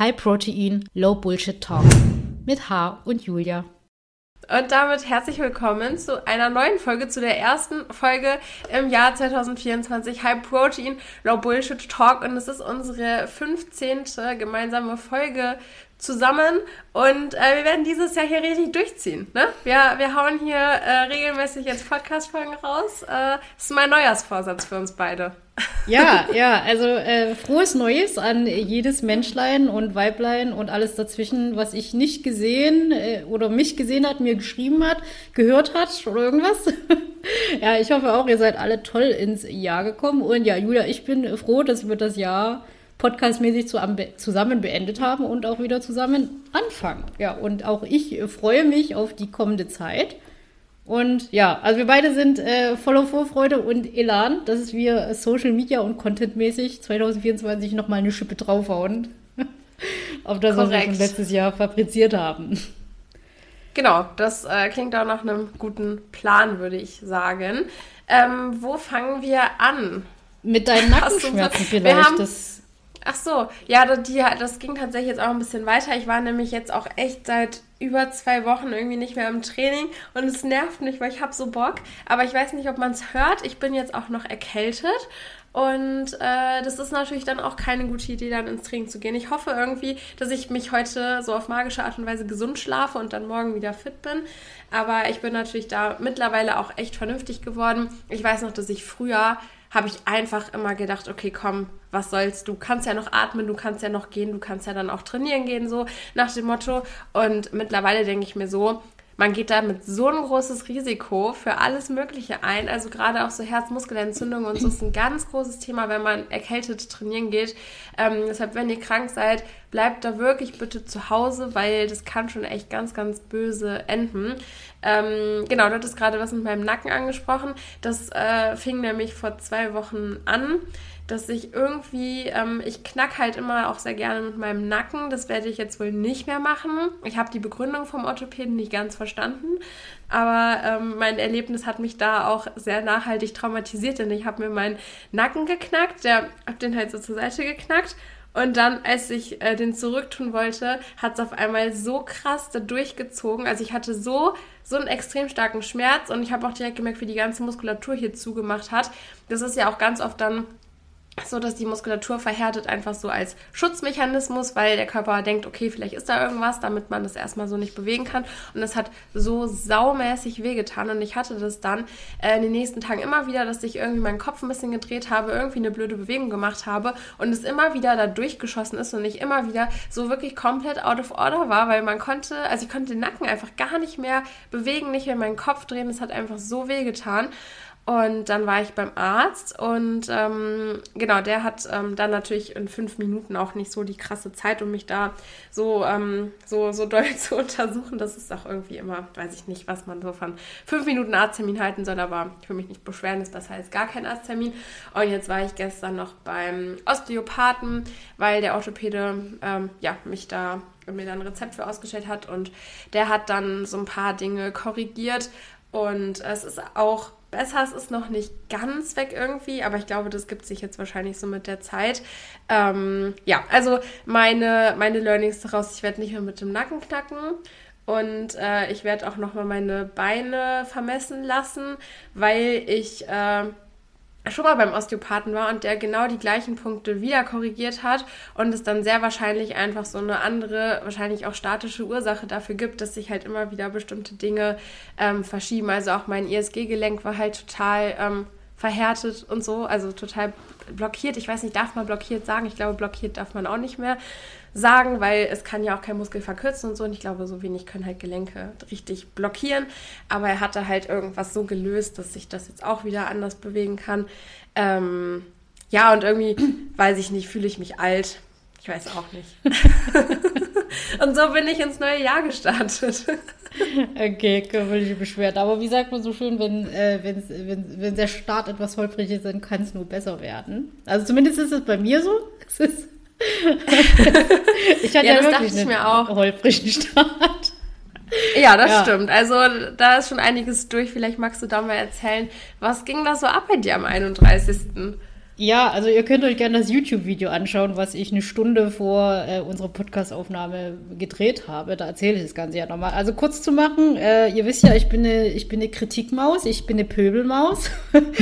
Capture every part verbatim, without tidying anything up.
High Protein, Low Bullshit Talk mit H und Julia. Und damit herzlich willkommen zu einer neuen Folge, zu der ersten Folge im Jahr zwanzig vierundzwanzig, High Protein, Low Bullshit Talk. Und es ist unsere fünfzehnte gemeinsame Folge zusammen und äh, wir werden dieses Jahr hier richtig durchziehen. Ne? Wir, wir hauen hier äh, regelmäßig jetzt Podcast-Folgen raus. Äh, das ist mein Neujahrsvorsatz für uns beide. Ja, ja, also äh, frohes Neues an jedes Menschlein und Weiblein und alles dazwischen, was ich nicht gesehen äh, oder mich gesehen hat, mir geschrieben hat, gehört hat oder irgendwas. Ja, ich hoffe auch, ihr seid alle toll ins Jahr gekommen. Und ja, Julia, ich bin froh, dass wir das Jahr podcastmäßig zusammen beendet haben und auch wieder zusammen anfangen. Ja, und auch ich freue mich auf die kommende Zeit. Und ja, also wir beide sind äh, voller Vorfreude und Elan, dass wir Social Media und Contentmäßig zwanzig vierundzwanzig nochmal eine Schippe draufhauen. Auf das, was wir schon letztes Jahr fabriziert haben. Genau, das äh, klingt auch nach einem guten Plan, würde ich sagen. Ähm, wo fangen wir an? Mit deinen Nackenschmerzen vielleicht. Wir haben, das Ach so, ja, die, das ging tatsächlich jetzt auch ein bisschen weiter. Ich war nämlich jetzt auch echt seit über zwei Wochen irgendwie nicht mehr im Training und es nervt mich, weil ich habe so Bock. Aber ich weiß nicht, ob man es hört. Ich bin jetzt auch noch erkältet und äh, das ist natürlich dann auch keine gute Idee, dann ins Training zu gehen. Ich hoffe irgendwie, dass ich mich heute so auf magische Art und Weise gesund schlafe und dann morgen wieder fit bin. Aber ich bin natürlich da mittlerweile auch echt vernünftig geworden. Ich weiß noch, dass ich früher habe ich einfach immer gedacht, okay, komm, was soll's, du kannst ja noch atmen, du kannst ja noch gehen, du kannst ja dann auch trainieren gehen, so nach dem Motto. Und mittlerweile denke ich mir so, man geht da mit so ein großes Risiko für alles Mögliche ein, also gerade auch so Herzmuskelentzündung und so ist ein ganz großes Thema, wenn man erkältet trainieren geht. Ähm, deshalb, wenn ihr krank seid, bleibt da wirklich bitte zu Hause, weil das kann schon echt ganz, ganz böse enden. Ähm, genau, du hattest gerade was mit meinem Nacken angesprochen. Das äh, fing nämlich vor zwei Wochen an, dass ich irgendwie, ähm, ich knack halt immer auch sehr gerne mit meinem Nacken. Das werde ich jetzt wohl nicht mehr machen. Ich habe die Begründung vom Orthopäden nicht ganz verstanden, aber ähm, mein Erlebnis hat mich da auch sehr nachhaltig traumatisiert, denn ich habe mir meinen Nacken geknackt, der habe den halt so zur Seite geknackt. Und dann, als ich äh, den zurücktun wollte, hat es auf einmal so krass da durchgezogen. Also ich hatte so, so einen extrem starken Schmerz und ich habe auch direkt gemerkt, wie die ganze Muskulatur hier zugemacht hat. Das ist ja auch ganz oft dann so, dass die Muskulatur verhärtet einfach so als Schutzmechanismus, weil der Körper denkt, okay, vielleicht ist da irgendwas, damit man das erstmal so nicht bewegen kann. Und das hat so saumäßig wehgetan. Und ich hatte das dann äh, in den nächsten Tagen immer wieder, dass ich irgendwie meinen Kopf ein bisschen gedreht habe, irgendwie eine blöde Bewegung gemacht habe und es immer wieder da durchgeschossen ist und ich immer wieder so wirklich komplett out of order war, weil man konnte, also ich konnte den Nacken einfach gar nicht mehr bewegen, nicht mehr meinen Kopf drehen. Es hat einfach so wehgetan. Und dann war ich beim Arzt und ähm, genau, der hat ähm, dann natürlich in fünf Minuten auch nicht so die krasse Zeit, um mich da so, ähm, so, so doll zu untersuchen. Das ist auch irgendwie immer, weiß ich nicht, was man so von fünf Minuten Arzttermin halten soll, aber ich will mich nicht beschweren, ist besser als gar kein Arzttermin. Und jetzt war ich gestern noch beim Osteopathen, weil der Orthopäde ähm, ja, mich da mir dann ein Rezept für ausgestellt hat und der hat dann so ein paar Dinge korrigiert und es ist auch besser, es ist noch nicht ganz weg irgendwie, aber ich glaube, das gibt sich jetzt wahrscheinlich so mit der Zeit. Ähm, ja, also meine, meine Learnings daraus, ich werde nicht mehr mit dem Nacken knacken und äh, ich werde auch nochmal meine Beine vermessen lassen, weil ich äh, schon mal beim Osteopathen war und der genau die gleichen Punkte wieder korrigiert hat und es dann sehr wahrscheinlich einfach so eine andere, wahrscheinlich auch statische Ursache dafür gibt, dass sich halt immer wieder bestimmte Dinge ähm, verschieben. Also auch mein I S G-Gelenk war halt total ähm, verhärtet und so, also total blockiert. Ich weiß nicht, darf man blockiert sagen? Ich glaube, blockiert darf man auch nicht mehr sagen, weil es kann ja auch kein Muskel verkürzen und so und ich glaube, so wenig können halt Gelenke richtig blockieren, aber er hatte halt irgendwas so gelöst, dass sich das jetzt auch wieder anders bewegen kann. Ähm, ja, und irgendwie, weiß ich nicht, fühle ich mich alt. Ich weiß auch nicht. Und so bin ich ins neue Jahr gestartet. Okay, können wir nicht beschweren. Aber wie sagt man so schön, wenn, äh, wenn, wenn der Start etwas holprig ist, dann kann es nur besser werden. Also zumindest ist es bei mir so. Es ist ich hatte ja, ja das wirklich dachte ich mir einen auch. holprigen Start. Ja, das ja. stimmt. Also da ist schon einiges durch. Vielleicht magst du da mal erzählen, was ging da so ab bei dir am einunddreißigsten? Ja, also ihr könnt euch gerne das YouTube-Video anschauen, was ich eine Stunde vor äh, unserer Podcast-Aufnahme gedreht habe. Da erzähle ich das Ganze ja nochmal. Also kurz zu machen, äh, ihr wisst ja, ich bin eine, ich bin eine Kritikmaus, ich bin eine Pöbelmaus.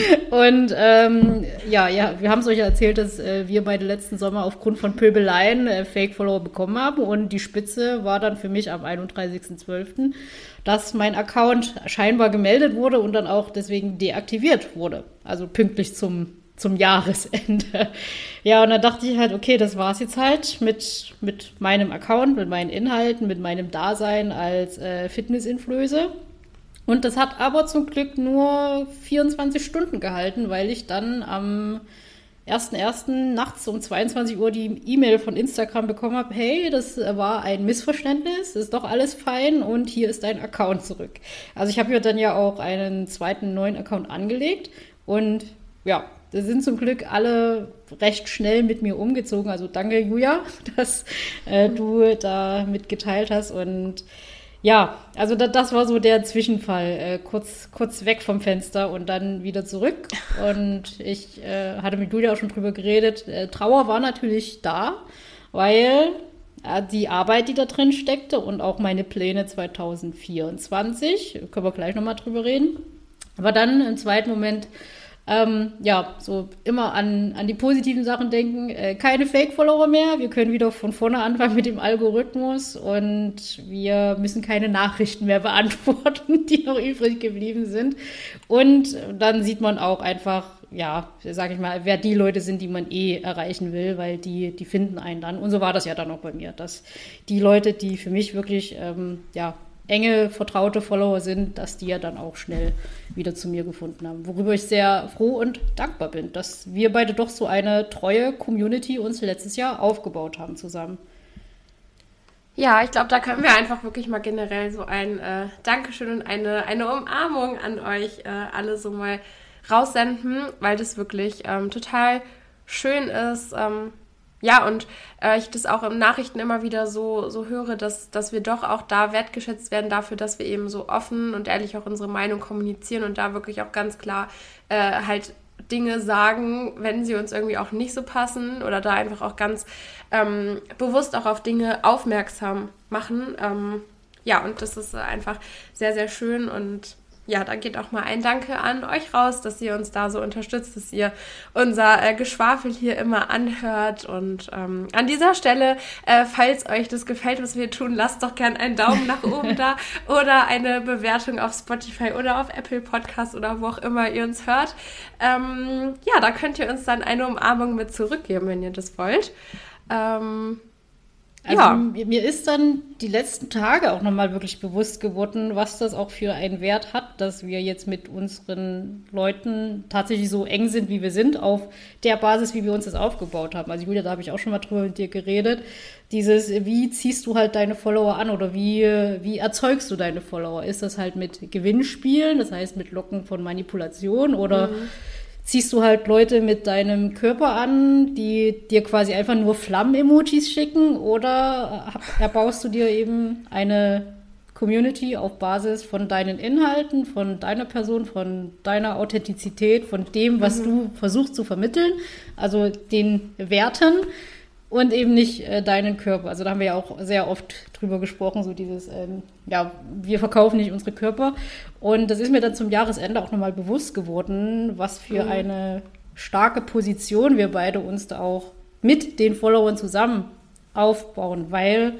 Und ähm, ja, ja, wir haben es euch ja erzählt, dass äh, wir beide letzten Sommer aufgrund von Pöbeleien äh, Fake-Follower bekommen haben. Und die Spitze war dann für mich am einunddreißigsten zwölften, dass mein Account scheinbar gemeldet wurde und dann auch deswegen deaktiviert wurde. Also pünktlich zum zum Jahresende. Ja, und dann dachte ich halt, okay, das war's jetzt halt mit, mit meinem Account, mit meinen Inhalten, mit meinem Dasein als äh, Fitness-Influencer. Und das hat aber zum Glück nur vierundzwanzig Stunden gehalten, weil ich dann am ersten ersten nachts um zweiundzwanzig Uhr die E-Mail von Instagram bekommen habe, hey, das war ein Missverständnis, ist doch alles fein und hier ist dein Account zurück. Also ich habe mir dann ja auch einen zweiten neuen Account angelegt und ja, da sind zum Glück alle recht schnell mit mir umgezogen. Also danke, Julia, dass äh, du da mitgeteilt hast. Und ja, also da, das war so der Zwischenfall. Äh, kurz, kurz weg vom Fenster und dann wieder zurück. Und ich äh, hatte mit Julia auch schon drüber geredet. Äh, Trauer war natürlich da, weil äh, die Arbeit, die da drin steckte und auch meine Pläne zwanzig vierundzwanzig, können wir gleich nochmal drüber reden. Aber dann im zweiten Moment Ähm, ja, so immer an, an die positiven Sachen denken. Äh, keine Fake-Follower mehr. Wir können wieder von vorne anfangen mit dem Algorithmus und wir müssen keine Nachrichten mehr beantworten, die noch übrig geblieben sind. Und dann sieht man auch einfach, ja, sag ich mal, wer die Leute sind, die man eh erreichen will, weil die, die finden einen dann. Und so war das ja dann auch bei mir, dass die Leute, die für mich wirklich, ähm, ja, enge, vertraute Follower sind, dass die ja dann auch schnell wieder zu mir gefunden haben. Worüber ich sehr froh und dankbar bin, dass wir beide doch so eine treue Community uns letztes Jahr aufgebaut haben zusammen. Ja, ich glaube, da können wir einfach wirklich mal generell so ein äh, Dankeschön und eine, eine Umarmung an euch äh, alle so mal raussenden, weil das wirklich ähm, total schön ist, ähm, ja, und äh, ich das auch im Nachrichten immer wieder so, so höre, dass, dass wir doch auch da wertgeschätzt werden dafür, dass wir eben so offen und ehrlich auch unsere Meinung kommunizieren und da wirklich auch ganz klar äh, halt Dinge sagen, wenn sie uns irgendwie auch nicht so passen oder da einfach auch ganz ähm, bewusst auch auf Dinge aufmerksam machen. Ähm, ja, und das ist einfach sehr, sehr schön und ja, da geht auch mal ein Danke an euch raus, dass ihr uns da so unterstützt, dass ihr unser äh, Geschwafel hier immer anhört. Und ähm, an dieser Stelle, äh, falls euch das gefällt, was wir tun, lasst doch gern einen Daumen nach oben da oder eine Bewertung auf Spotify oder auf Apple Podcast oder wo auch immer ihr uns hört. Ähm, ja, da könnt ihr uns dann eine Umarmung mit zurückgeben, wenn ihr das wollt. Ähm, Also ja. mir ist dann die letzten Tage auch nochmal wirklich bewusst geworden, was das auch für einen Wert hat, dass wir jetzt mit unseren Leuten tatsächlich so eng sind, wie wir sind, auf der Basis, wie wir uns das aufgebaut haben. Also Julia, da habe ich auch schon mal drüber mit dir geredet. Dieses, wie ziehst du halt deine Follower an oder wie, wie erzeugst du deine Follower? Ist das halt mit Gewinnspielen, das heißt mit Locken von Manipulation oder mhm. ziehst du halt Leute mit deinem Körper an, die dir quasi einfach nur Flammen-Emojis schicken oder erbaust du dir eben eine Community auf Basis von deinen Inhalten, von deiner Person, von deiner Authentizität, von dem, was mhm. du versuchst zu vermitteln, also den Werten und eben nicht äh, deinen Körper. Also da haben wir ja auch sehr oft drüber gesprochen, so dieses, ähm, ja, wir verkaufen nicht unsere Körper. Und das ist mir dann zum Jahresende auch nochmal bewusst geworden, was für mhm. eine starke Position wir beide uns da auch mit den Followern zusammen aufbauen, weil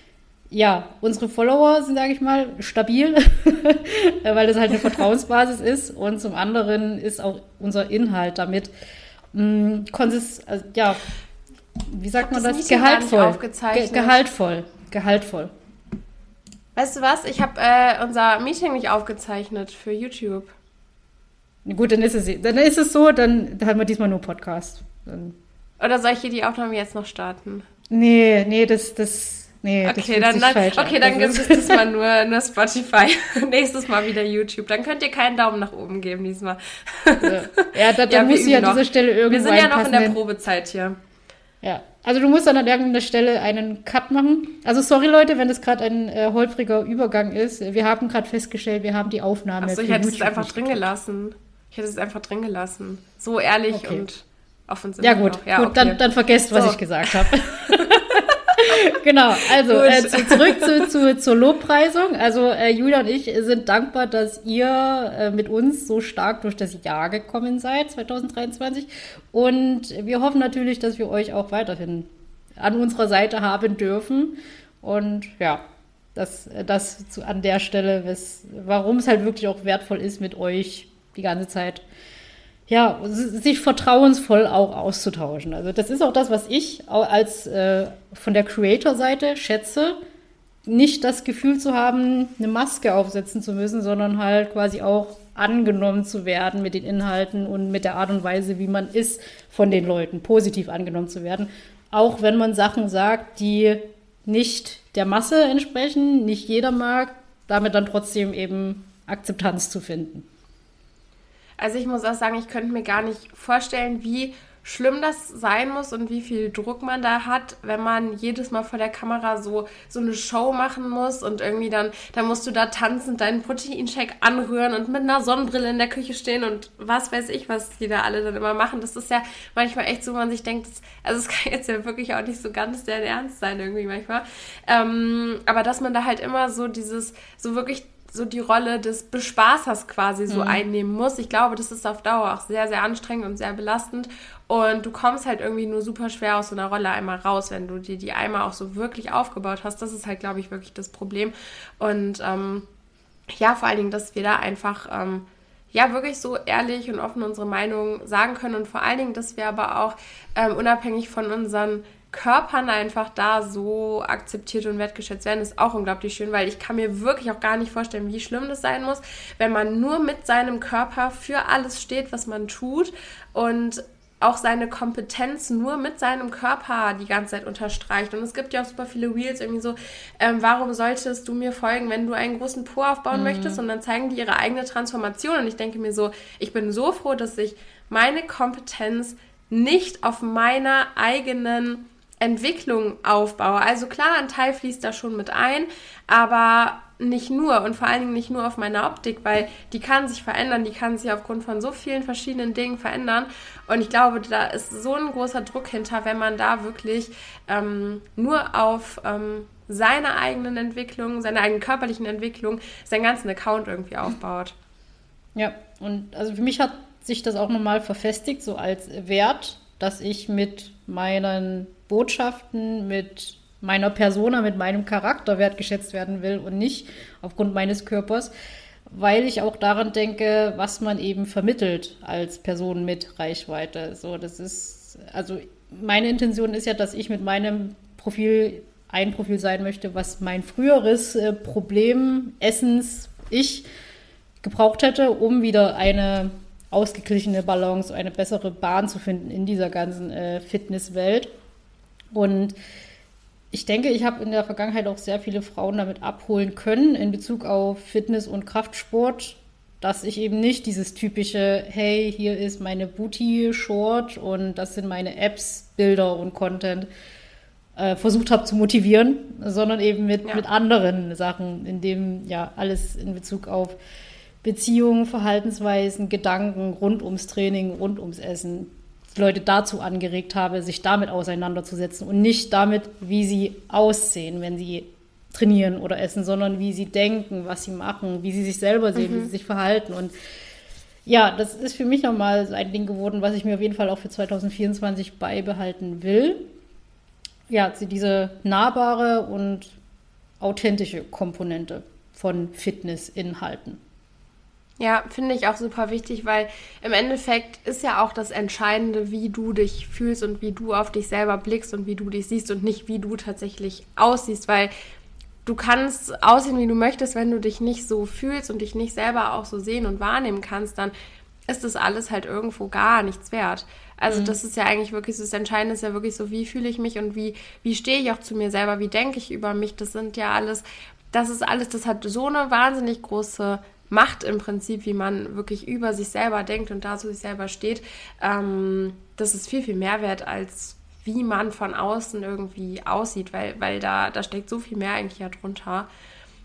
ja, unsere Follower sind, sage ich mal, stabil, weil das halt eine Vertrauensbasis ist und zum anderen ist auch unser Inhalt damit mh, konsist, also, ja, wie sagt man das? das? Gehaltvoll. Ge- gehaltvoll. Gehaltvoll. Weißt du was? Ich habe äh, unser Meeting nicht aufgezeichnet für YouTube. Gut, dann ist es, dann ist es so, dann haben wir diesmal nur Podcast. Dann Oder soll ich hier die Aufnahme jetzt noch starten? Nee, nee, das, das, nee, okay, das dann, dann, falsch okay, dann gibt es diesmal nur, nur Spotify. Nächstes Mal wieder YouTube. Dann könnt ihr keinen Daumen nach oben geben diesmal. Ja, ja da, da ja, muss ich an dieser Stelle irgendwann. Wir sind ja noch in der Probezeit hier. Ja, also du musst dann an irgendeiner Stelle einen Cut machen. Also sorry Leute, wenn das gerade ein äh, holpriger Übergang ist. Wir haben gerade festgestellt, wir haben die Aufnahme. Achso, ich hätte es einfach drin gelassen. Ich hätte es einfach drin gelassen. So ehrlich okay. und Offen sind ja gut, ja, gut okay. dann, dann vergesst, was so. ich gesagt habe. Genau, also äh, zu, zurück zu, zu, zur Lobpreisung. Also äh, Julia und ich sind dankbar, dass ihr äh, mit uns so stark durch das Jahr gekommen seid, zwanzig dreiundzwanzig. Und wir hoffen natürlich, dass wir euch auch weiterhin an unserer Seite haben dürfen. Und ja, das, das zu, an der Stelle, wes, warum es halt wirklich auch wertvoll ist, mit euch die ganze Zeit ja, sich vertrauensvoll auch auszutauschen. Also das ist auch das, was ich als äh, von der Creator-Seite schätze, nicht das Gefühl zu haben, eine Maske aufsetzen zu müssen, sondern halt quasi auch angenommen zu werden mit den Inhalten und mit der Art und Weise, wie man ist von den Leuten, positiv angenommen zu werden. Auch wenn man Sachen sagt, die nicht der Masse entsprechen, nicht jeder mag, damit dann trotzdem eben Akzeptanz zu finden. Also ich muss auch sagen, ich könnte mir gar nicht vorstellen, wie schlimm das sein muss und wie viel Druck man da hat, wenn man jedes Mal vor der Kamera so, so eine Show machen muss und irgendwie dann, dann musst du da tanzend deinen Proteinshake anrühren und mit einer Sonnenbrille in der Küche stehen und was weiß ich, was die da alle dann immer machen. Das ist ja manchmal echt so, man sich denkt, das, also es kann jetzt ja wirklich auch nicht so ganz der Ernst sein irgendwie manchmal. Ähm, aber dass man da halt immer so dieses, so wirklich so die Rolle des Bespaßers quasi so mhm. einnehmen muss. Ich glaube, das ist auf Dauer auch sehr, sehr anstrengend und sehr belastend. Und du kommst halt irgendwie nur super schwer aus so einer Rolle einmal raus, wenn du dir die einmal auch so wirklich aufgebaut hast. Das ist halt, glaube ich, wirklich das Problem. Und ähm, ja, vor allen Dingen, dass wir da einfach ähm, ja wirklich so ehrlich und offen unsere Meinung sagen können. Und vor allen Dingen, dass wir aber auch ähm, unabhängig von unseren Körpern einfach da so akzeptiert und wertgeschätzt werden, ist auch unglaublich schön, weil ich kann mir wirklich auch gar nicht vorstellen, wie schlimm das sein muss, wenn man nur mit seinem Körper für alles steht, was man tut und auch seine Kompetenz nur mit seinem Körper die ganze Zeit unterstreicht. Und es gibt ja auch super viele Reels, irgendwie so, ähm, warum solltest du mir folgen, wenn du einen großen Po aufbauen mhm. möchtest? Und dann zeigen die ihre eigene Transformation. Und ich denke mir so, ich bin so froh, dass ich meine Kompetenz nicht auf meiner eigenen Entwicklung aufbaue. Also klar, ein Teil fließt da schon mit ein, aber nicht nur und vor allen Dingen nicht nur auf meine Optik, weil die kann sich verändern, die kann sich aufgrund von so vielen verschiedenen Dingen verändern und ich glaube, da ist so ein großer Druck hinter, wenn man da wirklich ähm, nur auf ähm, seine eigenen Entwicklung, seine eigenen körperlichen Entwicklung, seinen ganzen Account irgendwie aufbaut. Ja, und also für mich hat sich das auch nochmal verfestigt, so als Wert, dass ich mit meinen Botschaften, mit meiner Persona, mit meinem Charakter wertgeschätzt werden will und nicht aufgrund meines Körpers, weil ich auch daran denke, was man eben vermittelt als Person mit Reichweite. So, das ist, also meine Intention ist ja, dass ich mit meinem Profil ein Profil sein möchte, was mein früheres äh, Problem, Essens, ich gebraucht hätte, um wieder eine ausgeglichene Balance, eine bessere Bahn zu finden in dieser ganzen äh, Fitnesswelt. Und ich denke, ich habe in der Vergangenheit auch sehr viele Frauen damit abholen können in Bezug auf Fitness und Kraftsport, dass ich eben nicht dieses typische, hey, hier ist meine Booty-Short und das sind meine Apps, Bilder und Content, äh, versucht habe zu motivieren, sondern eben mit, ja. mit anderen Sachen, in dem ja alles in Bezug auf Beziehungen, Verhaltensweisen, Gedanken rund ums Training, rund ums Essen, Leute dazu angeregt habe, sich damit auseinanderzusetzen und nicht damit, wie sie aussehen, wenn sie trainieren oder essen, sondern wie sie denken, was sie machen, wie sie sich selber sehen, mhm. wie sie sich verhalten. Und ja, das ist für mich nochmal ein Ding geworden, was ich mir auf jeden Fall auch für zwanzig vierundzwanzig beibehalten will. Ja, diese nahbare und authentische Komponente von Fitnessinhalten. Ja, finde ich auch super wichtig, weil im Endeffekt ist ja auch das Entscheidende, wie du dich fühlst und wie du auf dich selber blickst und wie du dich siehst und nicht, wie du tatsächlich aussiehst, weil du kannst aussehen, wie du möchtest, wenn du dich nicht so fühlst und dich nicht selber auch so sehen und wahrnehmen kannst, dann ist das alles halt irgendwo gar nichts wert. Also mhm. das ist ja eigentlich wirklich, das Entscheidende ist ja wirklich so, wie fühle ich mich und wie, wie stehe ich auch zu mir selber, wie denke ich über mich, das sind ja alles, das ist alles, das hat so eine wahnsinnig große Macht im Prinzip, wie man wirklich über sich selber denkt und da zu sich selber steht. Ähm, das ist viel, viel mehr wert, als wie man von außen irgendwie aussieht, weil, weil da, da steckt so viel mehr eigentlich ja drunter.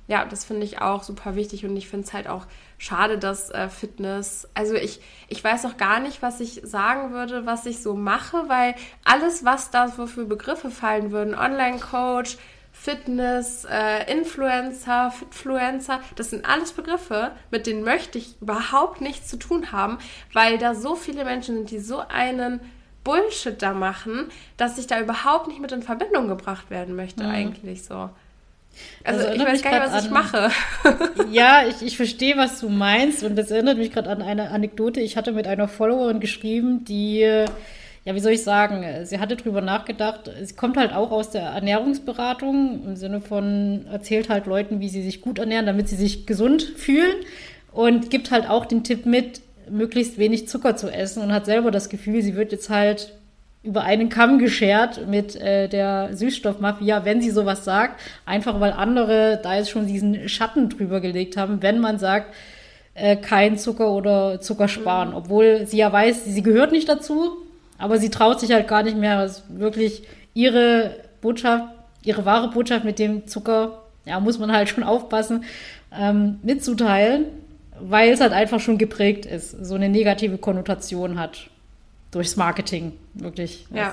ja, das finde ich auch super wichtig und ich finde es halt auch schade, dass äh, Fitness, also ich, ich weiß auch gar nicht, was ich sagen würde, was ich so mache, weil alles, was da so für Begriffe fallen würden, Online-Coach, Fitness, äh, Influencer, Fitfluencer, das sind alles Begriffe, mit denen möchte ich überhaupt nichts zu tun haben, weil da so viele Menschen sind, die so einen Bullshit da machen, dass ich da überhaupt nicht mit in Verbindung gebracht werden möchte, mhm. eigentlich so. Also, also ich weiß gar nicht, was ich mache. Ja, ich, ich verstehe, was du meinst und das erinnert mich gerade an eine Anekdote. Ich hatte mit einer Followerin geschrieben, die, ja, wie soll ich sagen, sie hatte drüber nachgedacht, sie kommt halt auch aus der Ernährungsberatung, im Sinne von, erzählt halt Leuten, wie sie sich gut ernähren, damit sie sich gesund fühlen und gibt halt auch den Tipp mit, möglichst wenig Zucker zu essen und hat selber das Gefühl, sie wird jetzt halt über einen Kamm geschert mit äh, der Süßstoffmafia, wenn sie sowas sagt, einfach weil andere da jetzt schon diesen Schatten drüber gelegt haben, wenn man sagt, äh, kein Zucker oder Zucker sparen, mhm. obwohl sie ja weiß, sie gehört nicht dazu, aber sie traut sich halt gar nicht mehr, was wirklich ihre Botschaft, ihre wahre Botschaft mit dem Zucker, ja, muss man halt schon aufpassen, ähm, mitzuteilen, weil es halt einfach schon geprägt ist, so eine negative Konnotation hat. Durchs Marketing, wirklich. Ja.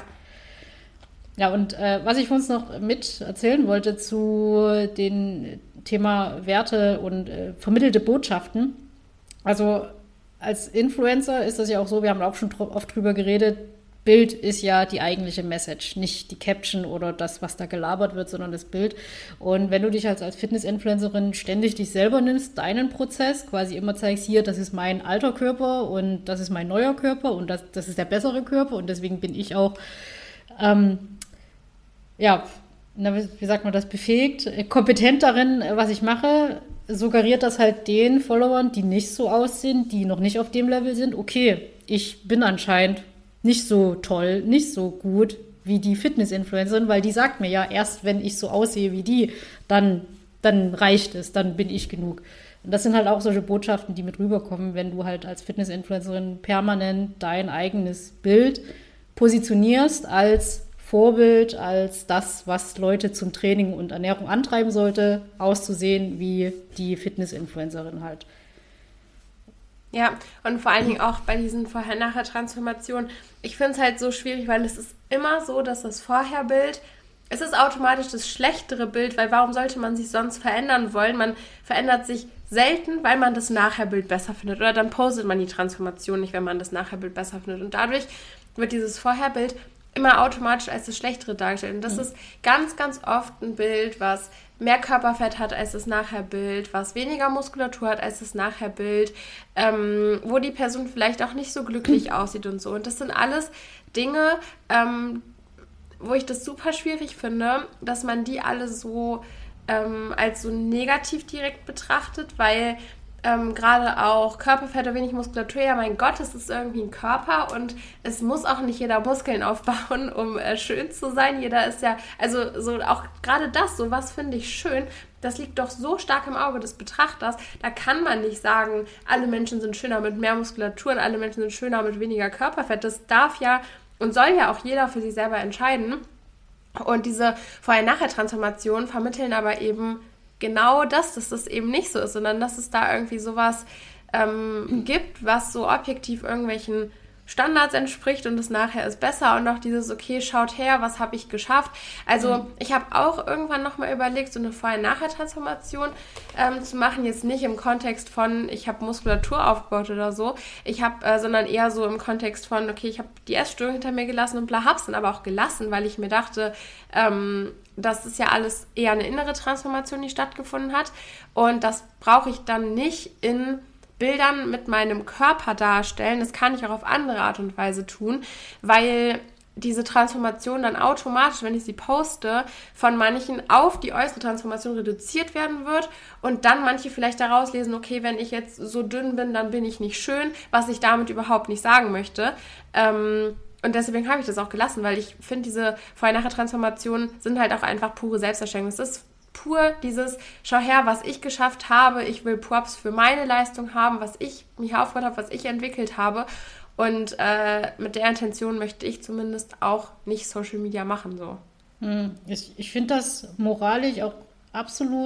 Ja, und äh, was ich uns noch mit erzählen wollte zu dem Thema Werte und äh, vermittelte Botschaften. Also als Influencer ist das ja auch so, wir haben auch schon dr- oft drüber geredet, Bild ist ja die eigentliche Message, nicht die Caption oder das, was da gelabert wird, sondern das Bild. Und wenn du dich als, als Fitness-Influencerin ständig dich selber nimmst, deinen Prozess, quasi immer zeigst, hier, das ist mein alter Körper und das ist mein neuer Körper und das, das ist der bessere Körper und deswegen bin ich auch, ähm, ja, wie sagt man das, befähigt, kompetent darin, was ich mache, suggeriert das halt den Followern, die nicht so aussehen, die noch nicht auf dem Level sind, okay, ich bin anscheinend nicht so toll, nicht so gut wie die Fitness-Influencerin, weil die sagt mir ja, erst wenn ich so aussehe wie die, dann, dann reicht es, dann bin ich genug. Und das sind halt auch solche Botschaften, die mit rüberkommen, wenn du halt als Fitness-Influencerin permanent dein eigenes Bild positionierst als Vorbild, als das, was Leute zum Training und Ernährung antreiben sollte, auszusehen wie die Fitness-Influencerin halt. Ja, und vor allen Dingen auch bei diesen Vorher-Nachher-Transformationen. Ich finde es halt so schwierig, weil es ist immer so, dass das Vorherbild, es ist automatisch das schlechtere Bild, weil warum sollte man sich sonst verändern wollen? Man verändert sich selten, weil man das Nachherbild besser findet. Oder dann postet man die Transformation nicht, wenn man das Nachherbild besser findet. Und dadurch wird dieses Vorherbild immer automatisch als das Schlechtere dargestellt. Und das mhm. ist ganz, ganz oft ein Bild, was mehr Körperfett hat als das Nachherbild, was weniger Muskulatur hat als das Nachherbild, ähm, wo die Person vielleicht auch nicht so glücklich aussieht und so. Und das sind alles Dinge, ähm, wo ich das super schwierig finde, dass man die alle so ähm, als so negativ direkt betrachtet, weil Ähm, gerade auch Körperfett oder wenig Muskulatur, ja mein Gott, es ist irgendwie ein Körper und es muss auch nicht jeder Muskeln aufbauen, um äh, schön zu sein. Jeder ist ja, also so auch gerade das, so was finde ich schön, das liegt doch so stark im Auge des Betrachters, da kann man nicht sagen, alle Menschen sind schöner mit mehr Muskulatur und alle Menschen sind schöner mit weniger Körperfett. Das darf ja und soll ja auch jeder für sich selber entscheiden. Und diese Vorher-Nachher-Transformationen vermitteln aber eben genau das, dass das eben nicht so ist, sondern dass es da irgendwie sowas ähm, gibt, was so objektiv irgendwelchen Standards entspricht und das nachher ist besser und auch dieses, okay, schaut her, was habe ich geschafft. Also mhm. ich habe auch irgendwann nochmal überlegt, so eine Vorher-Nachher-Transformation ähm, zu machen, jetzt nicht im Kontext von, ich habe Muskulatur aufgebaut oder so, ich habe, äh, sondern eher so im Kontext von, okay, ich habe die Essstörung hinter mir gelassen und bla, hab's dann aber auch gelassen, weil ich mir dachte, ähm, das ist ja alles eher eine innere Transformation, die stattgefunden hat und das brauche ich dann nicht in Bildern mit meinem Körper darstellen. Das kann ich auch auf andere Art und Weise tun, weil diese Transformation dann automatisch, wenn ich sie poste, von manchen auf die äußere Transformation reduziert werden wird und dann manche vielleicht daraus lesen, okay, wenn ich jetzt so dünn bin, dann bin ich nicht schön, was ich damit überhaupt nicht sagen möchte. Ähm, Und deswegen habe ich das auch gelassen, weil ich finde, diese Vorher-Nachher-Transformationen sind halt auch einfach pure Selbsterstellung. Es ist pur dieses, schau her, was ich geschafft habe. Ich will Props für meine Leistung haben, was ich mir aufgebaut habe, was ich entwickelt habe. Und äh, mit der Intention möchte ich zumindest auch nicht Social Media machen. So. Ich, ich finde das moralisch auch absolut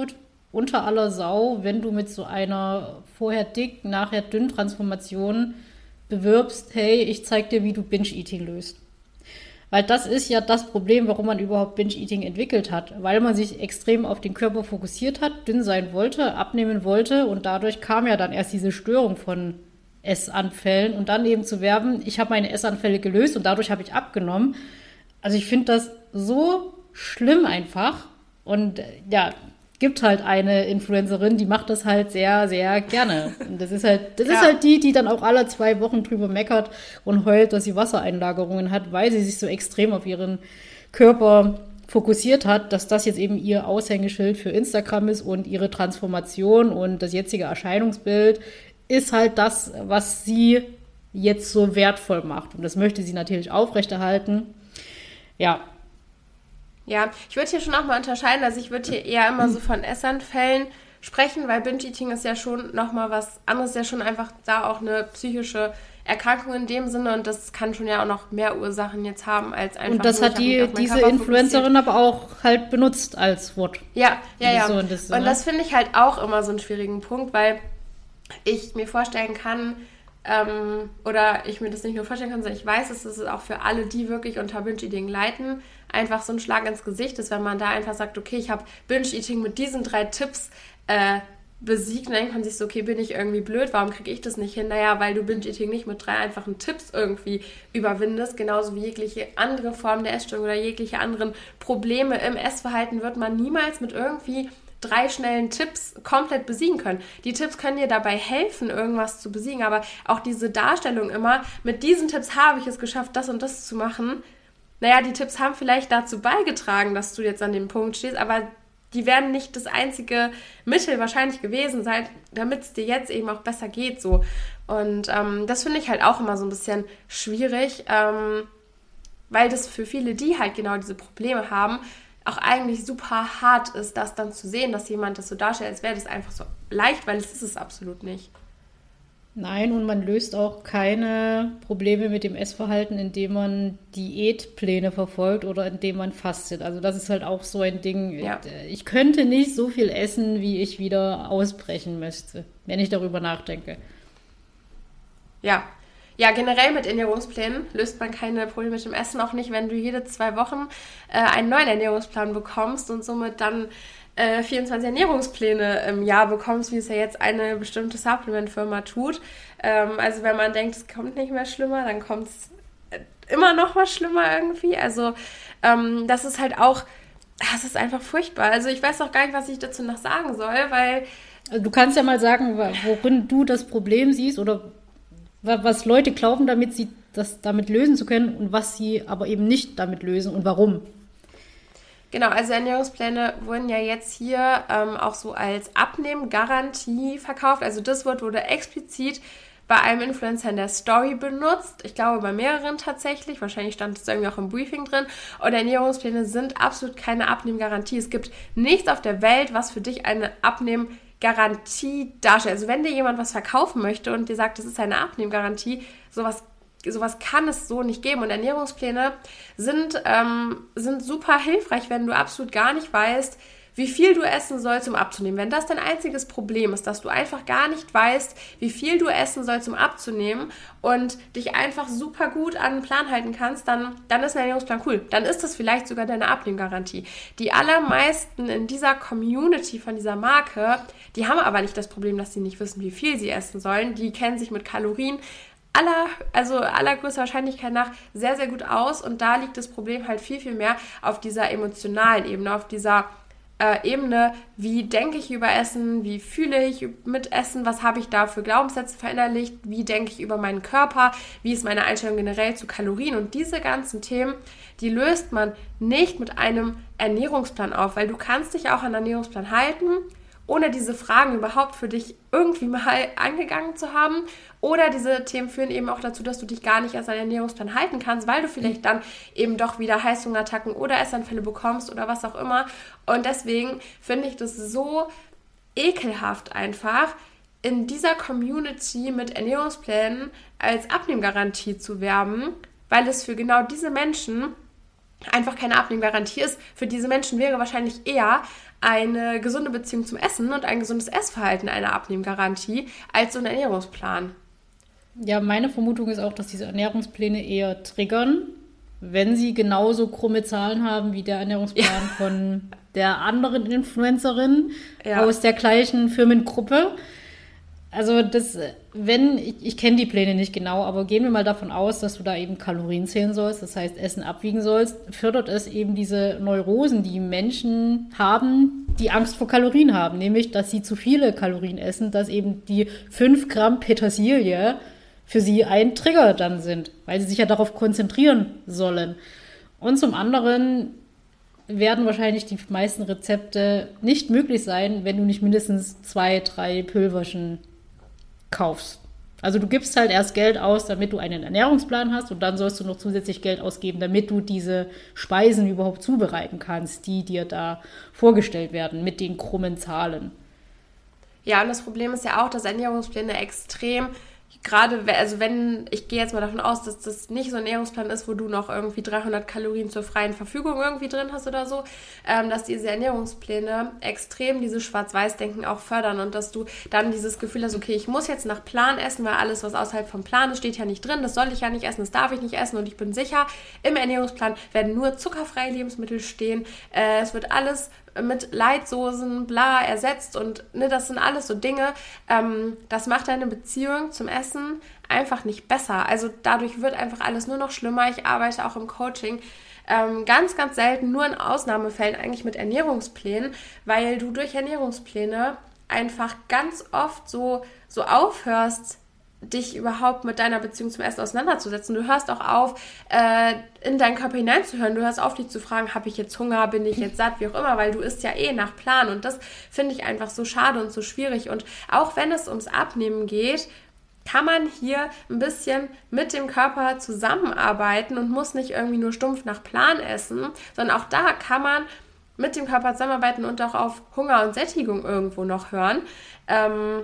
unter aller Sau, wenn du mit so einer vorher dick, nachher dünn Transformation bewirbst, hey, ich zeig dir, wie du Binge-Eating löst. Weil das ist ja das Problem, warum man überhaupt Binge-Eating entwickelt hat. Weil man sich extrem auf den Körper fokussiert hat, dünn sein wollte, abnehmen wollte und dadurch kam ja dann erst diese Störung von Essanfällen und dann eben zu werben, ich habe meine Essanfälle gelöst und dadurch habe ich abgenommen. Also ich finde das so schlimm einfach und ja, gibt halt eine Influencerin, die macht das halt sehr, sehr gerne. Und das ist halt, das ja. ist halt die, die dann auch alle zwei Wochen drüber meckert und heult, dass sie Wassereinlagerungen hat, weil sie sich so extrem auf ihren Körper fokussiert hat, dass das jetzt eben ihr Aushängeschild für Instagram ist und ihre Transformation und das jetzige Erscheinungsbild ist halt das, was sie jetzt so wertvoll macht. Und das möchte sie natürlich aufrechterhalten. Ja, Ja, ich würde hier schon auch mal unterscheiden, also ich würde hier eher immer so von Essanfällen sprechen, weil Binge-Eating ist ja schon nochmal was anderes, ja schon einfach da auch eine psychische Erkrankung in dem Sinne und das kann schon ja auch noch mehr Ursachen jetzt haben als einfach und das nur, hat die diese Influencerin aber auch halt benutzt als Wort. Ja, ja, ja. So und das, und das finde ich halt auch immer so einen schwierigen Punkt, weil ich mir vorstellen kann, ähm, oder ich mir das nicht nur vorstellen kann, sondern ich weiß, dass es auch für alle, die wirklich unter Binge-Eating leiden, einfach so ein Schlag ins Gesicht ist, wenn man da einfach sagt, okay, ich habe Binge-Eating mit diesen drei Tipps äh, besiegt, und dann denkt man sich so, okay, bin ich irgendwie blöd, warum kriege ich das nicht hin? Naja, weil du Binge-Eating nicht mit drei einfachen Tipps irgendwie überwindest, genauso wie jegliche andere Form der Essstörung oder jegliche anderen Probleme im Essverhalten wird man niemals mit irgendwie drei schnellen Tipps komplett besiegen können. Die Tipps können dir dabei helfen, irgendwas zu besiegen, aber auch diese Darstellung immer, mit diesen Tipps habe ich es geschafft, das und das zu machen. Naja, die Tipps haben vielleicht dazu beigetragen, dass du jetzt an dem Punkt stehst, aber die werden nicht das einzige Mittel wahrscheinlich gewesen sein, damit es dir jetzt eben auch besser geht. So. Und ähm, das finde ich halt auch immer so ein bisschen schwierig, ähm, weil das für viele, die halt genau diese Probleme haben, auch eigentlich super hart ist, das dann zu sehen, dass jemand das so darstellt, als wäre das einfach so leicht, weil es ist es absolut nicht. Nein, und man löst auch keine Probleme mit dem Essverhalten, indem man Diätpläne verfolgt oder indem man fastet. Also das ist halt auch so ein Ding. Ja. Ich könnte nicht so viel essen, wie ich wieder ausbrechen müsste, wenn ich darüber nachdenke. Ja. Ja, generell mit Ernährungsplänen löst man keine Probleme mit dem Essen, auch nicht, wenn du jede zwei Wochen äh, einen neuen Ernährungsplan bekommst und somit dann äh, vierundzwanzig Ernährungspläne im Jahr bekommst, wie es ja jetzt eine bestimmte Supplement-Firma tut. Ähm, also wenn man denkt, es kommt nicht mehr schlimmer, dann kommt es immer noch mal schlimmer irgendwie. Also ähm, das ist halt auch, das ist einfach furchtbar. Also ich weiß auch gar nicht, was ich dazu noch sagen soll, weil... Also du kannst ja mal sagen, worin du das Problem siehst oder was Leute glauben, damit sie das damit lösen zu können und was sie aber eben nicht damit lösen und warum. Genau, also Ernährungspläne wurden ja jetzt hier ähm, auch so als Abnehmgarantie verkauft. Also das Wort wurde explizit bei einem Influencer in der Story benutzt. Ich glaube bei mehreren tatsächlich. Wahrscheinlich stand es irgendwie auch im Briefing drin. Und Ernährungspläne sind absolut keine Abnehmgarantie. Es gibt nichts auf der Welt, was für dich eine Abnehmgarantie Garantie darstellt. Also wenn dir jemand was verkaufen möchte und dir sagt, das ist eine Abnehmgarantie, sowas, sowas kann es so nicht geben. Und Ernährungspläne sind, ähm, sind super hilfreich, wenn du absolut gar nicht weißt, wie viel du essen sollst, um abzunehmen. Wenn das dein einziges Problem ist, dass du einfach gar nicht weißt, wie viel du essen sollst, um abzunehmen und dich einfach super gut an den Plan halten kannst, dann, dann ist ein Ernährungsplan cool. Dann ist das vielleicht sogar deine Abnehmgarantie. Die allermeisten in dieser Community von dieser Marke, die haben aber nicht das Problem, dass sie nicht wissen, wie viel sie essen sollen. Die kennen sich mit Kalorien aller, also allergrößter Wahrscheinlichkeit nach sehr, sehr gut aus und da liegt das Problem halt viel, viel mehr auf dieser emotionalen Ebene, auf dieser Ebene, wie denke ich über Essen, wie fühle ich mit Essen, was habe ich da für Glaubenssätze verinnerlicht, wie denke ich über meinen Körper, wie ist meine Einstellung generell zu Kalorien und diese ganzen Themen, die löst man nicht mit einem Ernährungsplan auf, weil du kannst dich auch an einen Ernährungsplan halten, ohne diese Fragen überhaupt für dich irgendwie mal angegangen zu haben. Oder diese Themen führen eben auch dazu, dass du dich gar nicht als einen Ernährungsplan halten kannst, weil du vielleicht dann eben doch wieder Heißhungerattacken oder Essanfälle bekommst oder was auch immer. Und deswegen finde ich das so ekelhaft einfach, in dieser Community mit Ernährungsplänen als Abnehmgarantie zu werben, weil es für genau diese Menschen einfach keine Abnehmgarantie ist. Für diese Menschen wäre wahrscheinlich eher eine gesunde Beziehung zum Essen und ein gesundes Essverhalten eine Abnehmgarantie als so ein Ernährungsplan. Ja, meine Vermutung ist auch, dass diese Ernährungspläne eher triggern, wenn sie genauso krumme Zahlen haben wie der Ernährungsplan ja. von der anderen Influencerin ja. aus der gleichen Firmengruppe. Also das, wenn, ich, ich kenne die Pläne nicht genau, aber gehen wir mal davon aus, dass du da eben Kalorien zählen sollst, das heißt Essen abwiegen sollst, fördert es eben diese Neurosen, die Menschen haben, die Angst vor Kalorien haben, nämlich, dass sie zu viele Kalorien essen, dass eben die fünf Gramm Petersilie für sie ein Trigger dann sind, weil sie sich ja darauf konzentrieren sollen. Und zum anderen werden wahrscheinlich die meisten Rezepte nicht möglich sein, wenn du nicht mindestens zwei, drei Pülverchen kaufst. Also du gibst halt erst Geld aus, damit du einen Ernährungsplan hast und dann sollst du noch zusätzlich Geld ausgeben, damit du diese Speisen überhaupt zubereiten kannst, die dir da vorgestellt werden mit den krummen Zahlen. Ja, und das Problem ist ja auch, dass Ernährungspläne extrem gerade, also wenn, ich gehe jetzt mal davon aus, dass das nicht so ein Ernährungsplan ist, wo du noch irgendwie dreihundert Kalorien zur freien Verfügung irgendwie drin hast oder so, ähm, dass diese Ernährungspläne extrem dieses Schwarz-Weiß-Denken auch fördern und dass du dann dieses Gefühl hast, okay, ich muss jetzt nach Plan essen, weil alles, was außerhalb vom Plan ist, steht ja nicht drin, das soll ich ja nicht essen, das darf ich nicht essen und ich bin sicher, im Ernährungsplan werden nur zuckerfreie Lebensmittel stehen, äh, es wird alles mit Leitsoßen, bla, ersetzt und ne, das sind alles so Dinge, ähm, das macht deine Beziehung zum Essen einfach nicht besser. Also dadurch wird einfach alles nur noch schlimmer. Ich arbeite auch im Coaching ähm, ganz, ganz selten, nur in Ausnahmefällen eigentlich mit Ernährungsplänen, weil du durch Ernährungspläne einfach ganz oft so, so aufhörst, dich überhaupt mit deiner Beziehung zum Essen auseinanderzusetzen. Du hörst auch auf, äh, in deinen Körper hineinzuhören. Du hörst auf, dich zu fragen, habe ich jetzt Hunger, bin ich jetzt satt, wie auch immer, weil du isst ja eh nach Plan. Und das finde ich einfach so schade und so schwierig. Und auch wenn es ums Abnehmen geht, kann man hier ein bisschen mit dem Körper zusammenarbeiten und muss nicht irgendwie nur stumpf nach Plan essen, sondern auch da kann man mit dem Körper zusammenarbeiten und auch auf Hunger und Sättigung irgendwo noch hören. Ähm,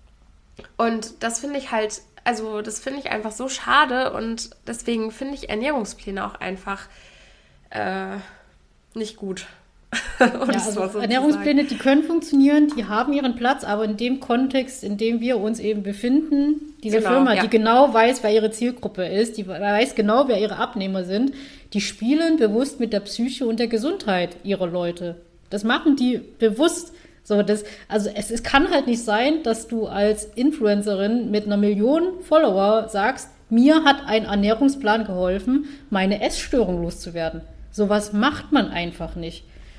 Und das finde ich halt, also das finde ich einfach so schade und deswegen finde ich Ernährungspläne auch einfach äh, nicht gut. Ja, also Ernährungspläne, die können funktionieren, die haben ihren Platz, aber in dem Kontext, in dem wir uns eben befinden, diese genau, Firma, ja. die genau weiß, wer ihre Zielgruppe ist, die weiß genau, wer ihre Abnehmer sind, die spielen bewusst mit der Psyche und der Gesundheit ihrer Leute. Das machen die bewusst. So, das, also es, es kann halt nicht sein, dass du als Influencerin mit einer Million Follower sagst, mir hat ein Ernährungsplan geholfen, meine Essstörung loszuwerden. Sowas macht man einfach nicht.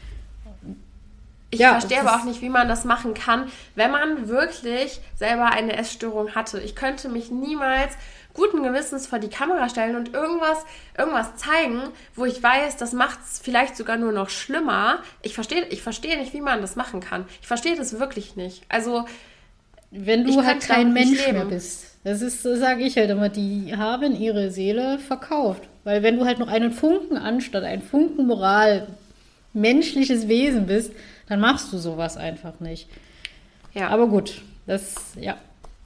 Ich ja, verstehe aber auch nicht, wie man das machen kann, wenn man wirklich selber eine Essstörung hatte. Ich könnte mich niemals guten Gewissens vor die Kamera stellen und irgendwas, irgendwas zeigen, wo ich weiß, das macht es vielleicht sogar nur noch schlimmer. Ich verstehe, ich verstehe nicht, wie man das machen kann. Ich verstehe das wirklich nicht. Also, wenn du halt kein Mensch mehr bist. Das ist, das sage ich halt immer, die haben ihre Seele verkauft. Weil wenn du halt noch einen Funken anstatt einen Funken Moral, menschliches Wesen bist, dann machst du sowas einfach nicht. Ja. Aber gut, das, ja.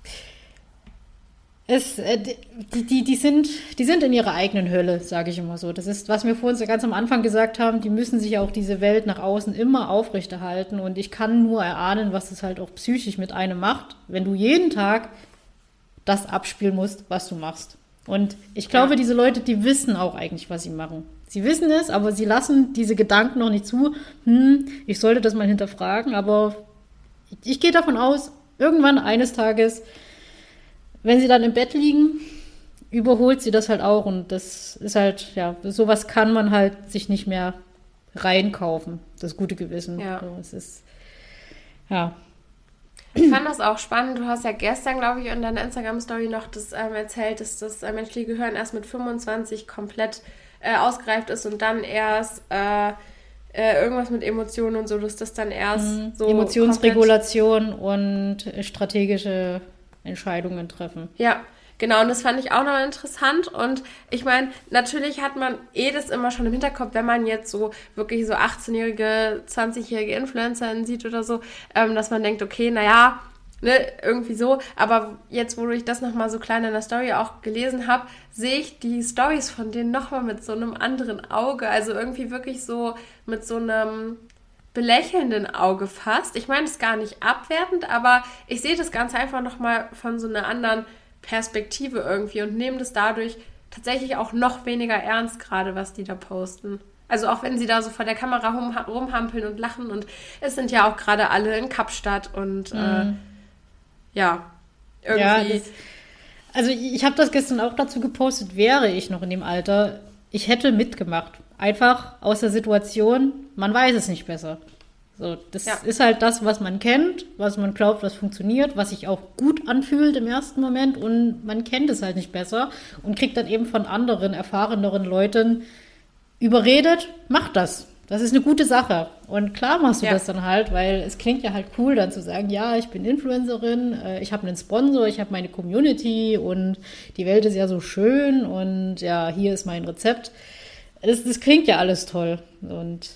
Es, äh, die, die, die, sind, die sind in ihrer eigenen Hölle, sage ich immer so. Das ist, was wir vorhin ganz am Anfang gesagt haben, die müssen sich auch diese Welt nach außen immer aufrechterhalten. Und ich kann nur erahnen, was es halt auch psychisch mit einem macht, wenn du jeden Tag das abspielen musst, was du machst. Und ich glaube, ja. diese Leute, die wissen auch eigentlich, was sie machen. Sie wissen es, aber sie lassen diese Gedanken noch nicht zu. Hm, ich sollte das mal hinterfragen, aber ich, ich gehe davon aus, irgendwann eines Tages, wenn sie dann im Bett liegen, überholt sie das halt auch. Und das ist halt, ja, sowas kann man halt sich nicht mehr reinkaufen, das gute Gewissen. Ja. So, es ist, ja. Ich fand das auch spannend. Du hast ja gestern, glaube ich, in deiner Instagram-Story noch das ähm, erzählt, dass das äh, menschliche Gehirn erst mit fünfundzwanzig komplett äh, ausgereift ist und dann erst äh, äh, irgendwas mit Emotionen und so, dass das dann erst mhm. so Emotionsregulation und strategische Entscheidungen treffen. Ja, genau. Und das fand ich auch noch interessant. Und ich meine, natürlich hat man eh das immer schon im Hinterkopf, wenn man jetzt so wirklich so achtzehnjährige, zwanzigjährige Influencer sieht oder so, ähm, dass man denkt, okay, naja, Ne, irgendwie so. Aber jetzt, wo ich das nochmal so klein in der Story auch gelesen habe, sehe ich die Storys von denen nochmal mit so einem anderen Auge. Also irgendwie wirklich so mit so einem belächelnden Auge fast. Ich meine es gar nicht abwertend, aber ich sehe das Ganze einfach nochmal von so einer anderen Perspektive irgendwie und nehme das dadurch tatsächlich auch noch weniger ernst gerade, was die da posten. Also auch wenn sie da so vor der Kamera rum, rumhampeln und lachen und es sind ja auch gerade alle in Kapstadt und mhm. äh, ja, irgendwie. Ja, das, also ich habe das gestern auch dazu gepostet, wäre ich noch in dem Alter, ich hätte mitgemacht. Einfach aus der Situation, man weiß es nicht besser. So, das ja. ist halt das, was man kennt, was man glaubt, was funktioniert, was sich auch gut anfühlt im ersten Moment und man kennt es halt nicht besser und kriegt dann eben von anderen, erfahreneren Leuten überredet, mach das. Das ist eine gute Sache. Und klar machst du ja. das dann halt, weil es klingt ja halt cool, dann zu sagen, ja, ich bin Influencerin, äh, ich habe einen Sponsor, ich habe meine Community und die Welt ist ja so schön und ja, hier ist mein Rezept. Das, das klingt ja alles toll. Und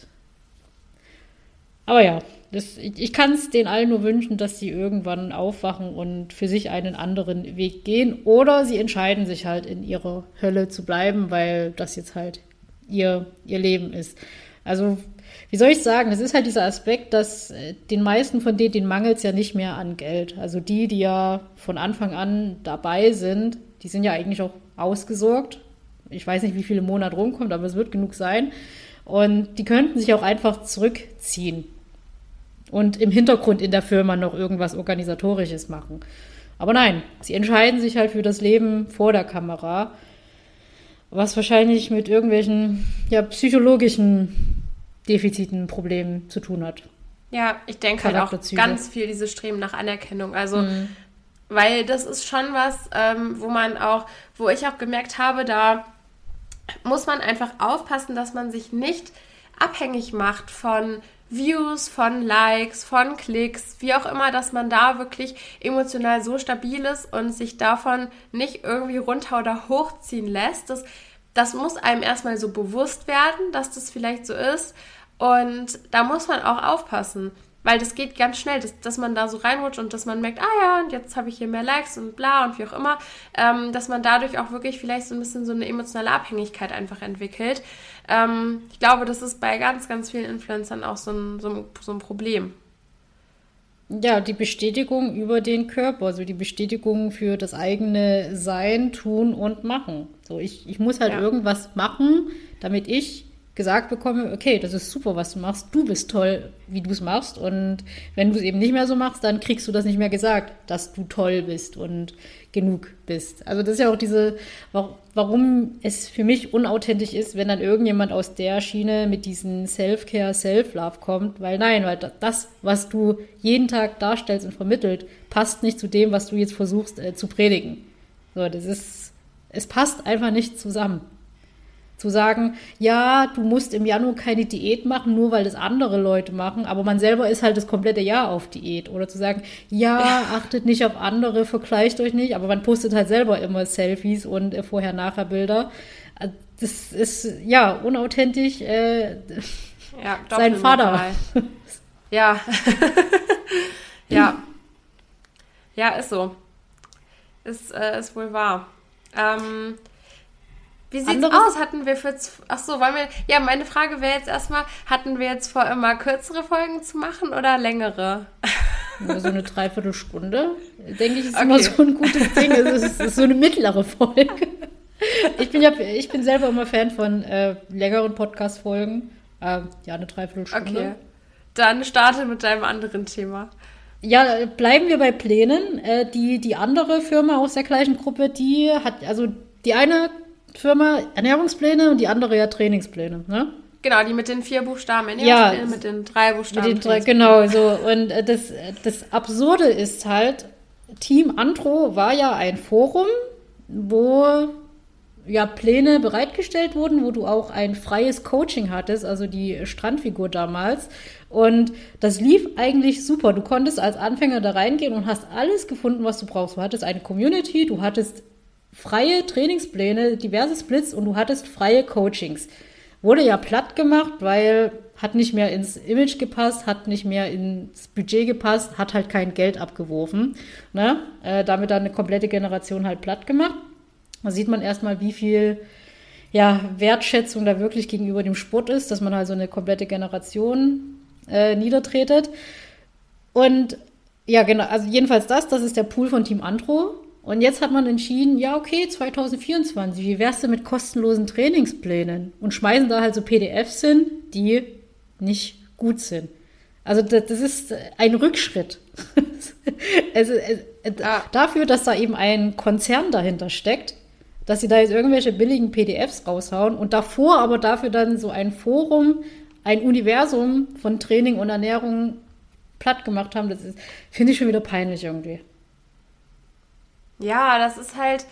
aber ja, das, ich, ich kann es denen allen nur wünschen, dass sie irgendwann aufwachen und für sich einen anderen Weg gehen. Oder sie entscheiden sich halt, in ihrer Hölle zu bleiben, weil das jetzt halt ihr, ihr Leben ist. Also, wie soll ich sagen, es ist halt dieser Aspekt, dass den meisten von denen, denen mangelt es ja nicht mehr an Geld. Also die, die ja von Anfang an dabei sind, die sind ja eigentlich auch ausgesorgt. Ich weiß nicht, wie viele Monate rumkommt, aber es wird genug sein. Und die könnten sich auch einfach zurückziehen und im Hintergrund in der Firma noch irgendwas Organisatorisches machen. Aber nein, sie entscheiden sich halt für das Leben vor der Kamera, was wahrscheinlich mit irgendwelchen ja, psychologischen Defiziten, Problemen zu tun hat. Ja, ich denke halt auch ganz viel dieses Streben nach Anerkennung. Also, mhm. weil das ist schon was, ähm, wo man auch, wo ich auch gemerkt habe, da muss man einfach aufpassen, dass man sich nicht abhängig macht von Views, von Likes, von Klicks, wie auch immer, dass man da wirklich emotional so stabil ist und sich davon nicht irgendwie runter oder hochziehen lässt. Das, das muss einem erstmal so bewusst werden, dass das vielleicht so ist. Und da muss man auch aufpassen, weil das geht ganz schnell, dass, dass man da so reinrutscht und dass man merkt, ah ja, und jetzt habe ich hier mehr Likes und bla und wie auch immer, ähm, dass man dadurch auch wirklich vielleicht so ein bisschen so eine emotionale Abhängigkeit einfach entwickelt. Ähm, ich glaube, das ist bei ganz, ganz vielen Influencern auch so ein, so ein, so ein Problem. Ja, die Bestätigung über den Körper, also die Bestätigung für das eigene Sein, Tun und Machen. So, ich, ich muss halt ja. irgendwas machen, damit ich gesagt bekomme, okay, das ist super, was du machst, du bist toll, wie du es machst und wenn du es eben nicht mehr so machst, dann kriegst du das nicht mehr gesagt, dass du toll bist und genug bist. Also das ist ja auch diese, warum es für mich unauthentisch ist, wenn dann irgendjemand aus der Schiene mit diesen Self-Care, Self-Love kommt, weil nein, weil das, was du jeden Tag darstellst und vermittelt, passt nicht zu dem, was du jetzt versuchst äh, zu predigen. So, das ist, es passt einfach nicht zusammen. Zu sagen, ja, du musst im Januar keine Diät machen, nur weil das andere Leute machen, aber man selber ist halt das komplette Jahr auf Diät. Oder zu sagen, ja, achtet nicht auf andere, vergleicht euch nicht, aber man postet halt selber immer Selfies und äh, Vorher-Nachher-Bilder. Das ist, ja, unauthentisch. Äh, ja, sein Vater. Ja. ja. Ja, ist so. Ist, äh, ist wohl wahr. Ähm, Wie sieht's Anderes? aus? Hatten wir für... Ach so, wollen wir... Ja, meine Frage wäre jetzt erstmal, hatten wir jetzt vor, immer kürzere Folgen zu machen oder längere? Ja, so eine Dreiviertelstunde, denke ich, ist okay. immer so ein gutes Ding. Es ist, ist so eine mittlere Folge. Ich bin ja, ich bin selber immer Fan von äh, längeren Podcast-Folgen. Äh, ja, eine Dreiviertelstunde. Okay, dann starte mit deinem anderen Thema. Ja, bleiben wir bei Plänen. Äh, die, die andere Firma aus der gleichen Gruppe, die hat... Also die eine... Firma Ernährungspläne und die andere ja Trainingspläne, ne? Genau, die mit den vier Buchstaben Ernährungspläne, ja, mit den drei Buchstaben. Mit den drei, genau, so. Und das, das Absurde ist halt, Team Andro war ja ein Forum, wo ja Pläne bereitgestellt wurden, wo du auch ein freies Coaching hattest, also die Strandfigur damals. Und das lief eigentlich super. Du konntest als Anfänger da reingehen und hast alles gefunden, was du brauchst. Du hattest eine Community, du hattest freie Trainingspläne, diverse Splits und du hattest freie Coachings. Wurde ja platt gemacht, weil hat nicht mehr ins Image gepasst, hat nicht mehr ins Budget gepasst, hat halt kein Geld abgeworfen. Ne? Äh, damit dann eine komplette Generation halt platt gemacht. Da sieht man erstmal, wie viel ja, Wertschätzung da wirklich gegenüber dem Sport ist, dass man halt so eine komplette Generation äh, niedertretet. Und ja, genau, also jedenfalls das, das ist der Pool von Team Andro. Und jetzt hat man entschieden, ja, okay, zwanzig vierundzwanzig, wie wär's denn mit kostenlosen Trainingsplänen? Und schmeißen da halt so P D Fs hin, die nicht gut sind. Also das, das ist ein Rückschritt. also, äh, ah. Dafür, dass da eben ein Konzern dahinter steckt, dass sie da jetzt irgendwelche billigen P D Fs raushauen und davor aber dafür dann so ein Forum, ein Universum von Training und Ernährung platt gemacht haben, das ist, finde ich schon wieder peinlich irgendwie. Ja, das ist halt,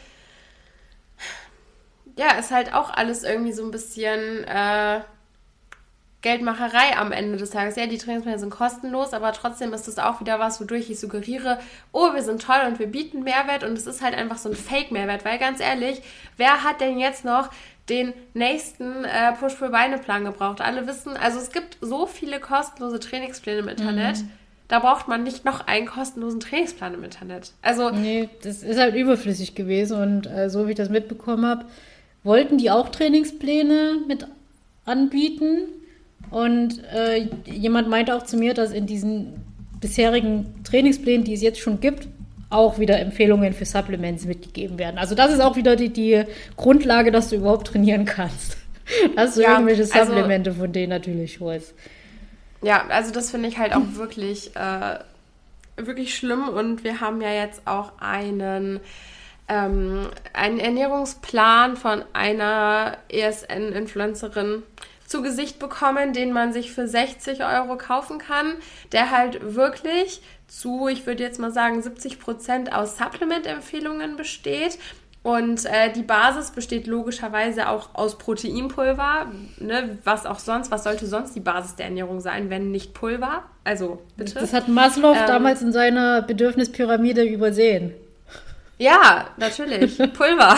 ja, ist halt auch alles irgendwie so ein bisschen äh, Geldmacherei am Ende des Tages. Ja, die Trainingspläne sind kostenlos, aber trotzdem ist das auch wieder was, wodurch ich suggeriere, oh, wir sind toll und wir bieten Mehrwert und es ist halt einfach so ein Fake-Mehrwert, weil ganz ehrlich, wer hat denn jetzt noch den nächsten äh, Push-Pull-Beine-Plan gebraucht? Alle wissen, also es gibt so viele kostenlose Trainingspläne im Internet, mhm. Da braucht man nicht noch einen kostenlosen Trainingsplan im Internet. Also nee, das ist halt überflüssig gewesen und äh, so wie ich das mitbekommen habe, wollten die auch Trainingspläne mit anbieten und äh, jemand meinte auch zu mir, dass in diesen bisherigen Trainingsplänen, die es jetzt schon gibt, auch wieder Empfehlungen für Supplements mitgegeben werden. Also das ist auch wieder die, die Grundlage, dass du überhaupt trainieren kannst. Dass du ja, irgendwelche Supplemente also, von denen natürlich holst. Ja, also das finde ich halt auch wirklich, äh, wirklich schlimm und wir haben ja jetzt auch einen, ähm, einen Ernährungsplan von einer E S N-Influencerin zu Gesicht bekommen, den man sich für sechzig Euro kaufen kann, der halt wirklich zu, ich würde jetzt mal sagen, siebzig Prozent aus Supplement-Empfehlungen besteht. Und äh, die Basis besteht logischerweise auch aus Proteinpulver, ne? Was auch sonst, was sollte sonst die Basis der Ernährung sein, wenn nicht Pulver? Also, bitte. Das hat Maslow ähm, damals in seiner Bedürfnispyramide übersehen. Ja, natürlich. Pulver.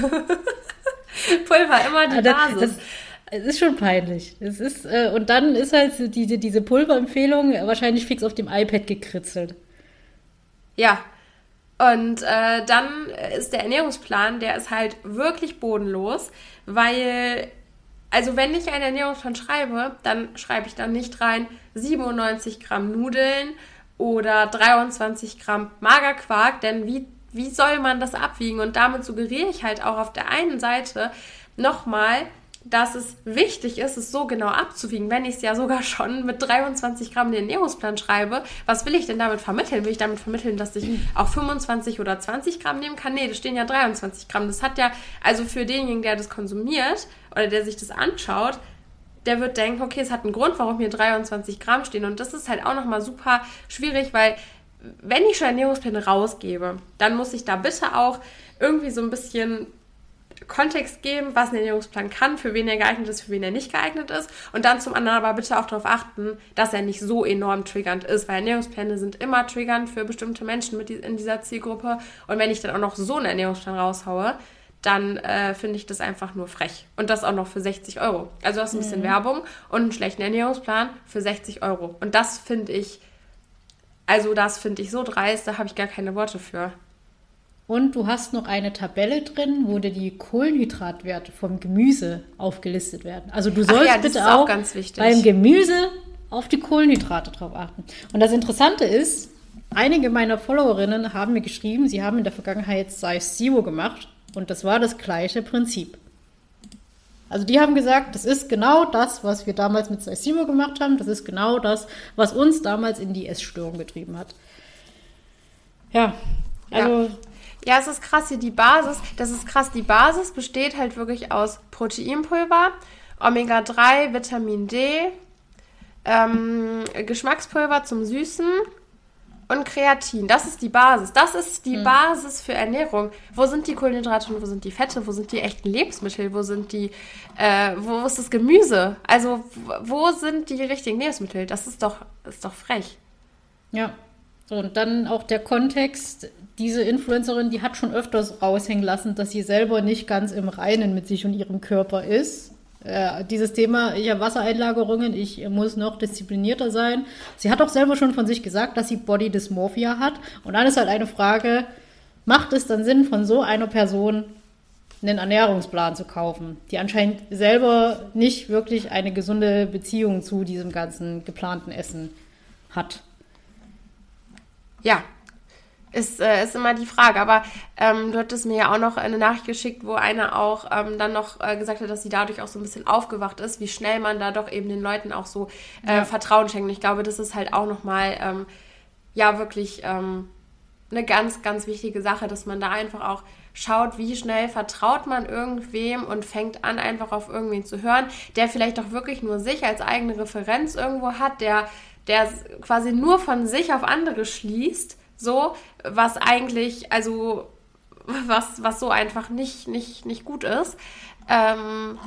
Pulver, immer die Basis. Das, es ist schon peinlich. Es ist, äh, und dann ist halt diese, diese Pulverempfehlung wahrscheinlich fix auf dem iPad gekritzelt. Ja. Und äh, dann ist der Ernährungsplan, der ist halt wirklich bodenlos, weil, also wenn ich einen Ernährungsplan schreibe, dann schreibe ich da nicht rein siebenundneunzig Gramm Nudeln oder dreiundzwanzig Gramm Magerquark, denn wie, wie soll man das abwiegen? Und damit suggeriere ich halt auch auf der einen Seite nochmal, dass es wichtig ist, es so genau abzuwiegen, wenn ich es ja sogar schon mit dreiundzwanzig Gramm den Ernährungsplan schreibe. Was will ich denn damit vermitteln? Will ich damit vermitteln, dass ich auch fünfundzwanzig oder zwanzig Gramm nehmen kann? Nee, das stehen ja dreiundzwanzig Gramm. Das hat ja, also für denjenigen, der das konsumiert oder der sich das anschaut, der wird denken, okay, es hat einen Grund, warum hier dreiundzwanzig Gramm stehen. Und das ist halt auch nochmal super schwierig, weil wenn ich schon Ernährungspläne rausgebe, dann muss ich da bitte auch irgendwie so ein bisschen Kontext geben, was ein Ernährungsplan kann, für wen er geeignet ist, für wen er nicht geeignet ist und dann zum anderen aber bitte auch darauf achten, dass er nicht so enorm triggernd ist, weil Ernährungspläne sind immer triggernd für bestimmte Menschen mit in dieser Zielgruppe und wenn ich dann auch noch so einen Ernährungsplan raushaue, dann äh, finde ich das einfach nur frech und das auch noch für sechzig Euro. Also du hast ein bisschen mhm. Werbung und einen schlechten Ernährungsplan für sechzig Euro und das finde ich, also das finde ich so dreist, da habe ich gar keine Worte für. Und du hast noch eine Tabelle drin, wo dir die Kohlenhydratwerte vom Gemüse aufgelistet werden. Also du sollst ja, bitte auch, auch beim Gemüse auf die Kohlenhydrate drauf achten. Und das Interessante ist, einige meiner Followerinnen haben mir geschrieben, sie haben in der Vergangenheit Size Zero gemacht und das war das gleiche Prinzip. Also die haben gesagt, das ist genau das, was wir damals mit Size Zero gemacht haben. Das ist genau das, was uns damals in die Essstörung getrieben hat. Ja, also... Ja. Ja, es ist krass hier, die Basis, das ist krass, die Basis besteht halt wirklich aus Proteinpulver, Omega drei, Vitamin D, ähm, Geschmackspulver zum Süßen und Kreatin. Das ist die Basis. Das ist die hm. Basis für Ernährung. Wo sind die Kohlenhydrate und wo sind die Fette? Wo sind die echten Lebensmittel? Wo sind die, äh, wo ist das Gemüse? Also, wo sind die richtigen Lebensmittel? Das ist doch, ist doch frech. Ja. Und dann auch der Kontext, diese Influencerin, die hat schon öfters raushängen lassen, dass sie selber nicht ganz im Reinen mit sich und ihrem Körper ist. Äh, dieses Thema, ich habe Wassereinlagerungen, ich muss noch disziplinierter sein. Sie hat auch selber schon von sich gesagt, dass sie Body Dysmorphia hat. Und dann ist halt eine Frage, macht es dann Sinn, von so einer Person einen Ernährungsplan zu kaufen, die anscheinend selber nicht wirklich eine gesunde Beziehung zu diesem ganzen geplanten Essen hat? Ja, ist, äh, ist immer die Frage. Aber ähm, du hattest mir ja auch noch eine Nachricht geschickt, wo einer auch ähm, dann noch äh, gesagt hat, dass sie dadurch auch so ein bisschen aufgewacht ist, wie schnell man da doch eben den Leuten auch so äh, ja. Vertrauen schenkt. Und ich glaube, das ist halt auch nochmal, ähm, ja, wirklich ähm, eine ganz, ganz wichtige Sache, dass man da einfach auch schaut, wie schnell vertraut man irgendwem und fängt an, einfach auf irgendwen zu hören, der vielleicht auch wirklich nur sich als eigene Referenz irgendwo hat, der, der quasi nur von sich auf andere schließt, so, was eigentlich, also, was, was so einfach nicht, nicht, nicht gut ist. Ähm,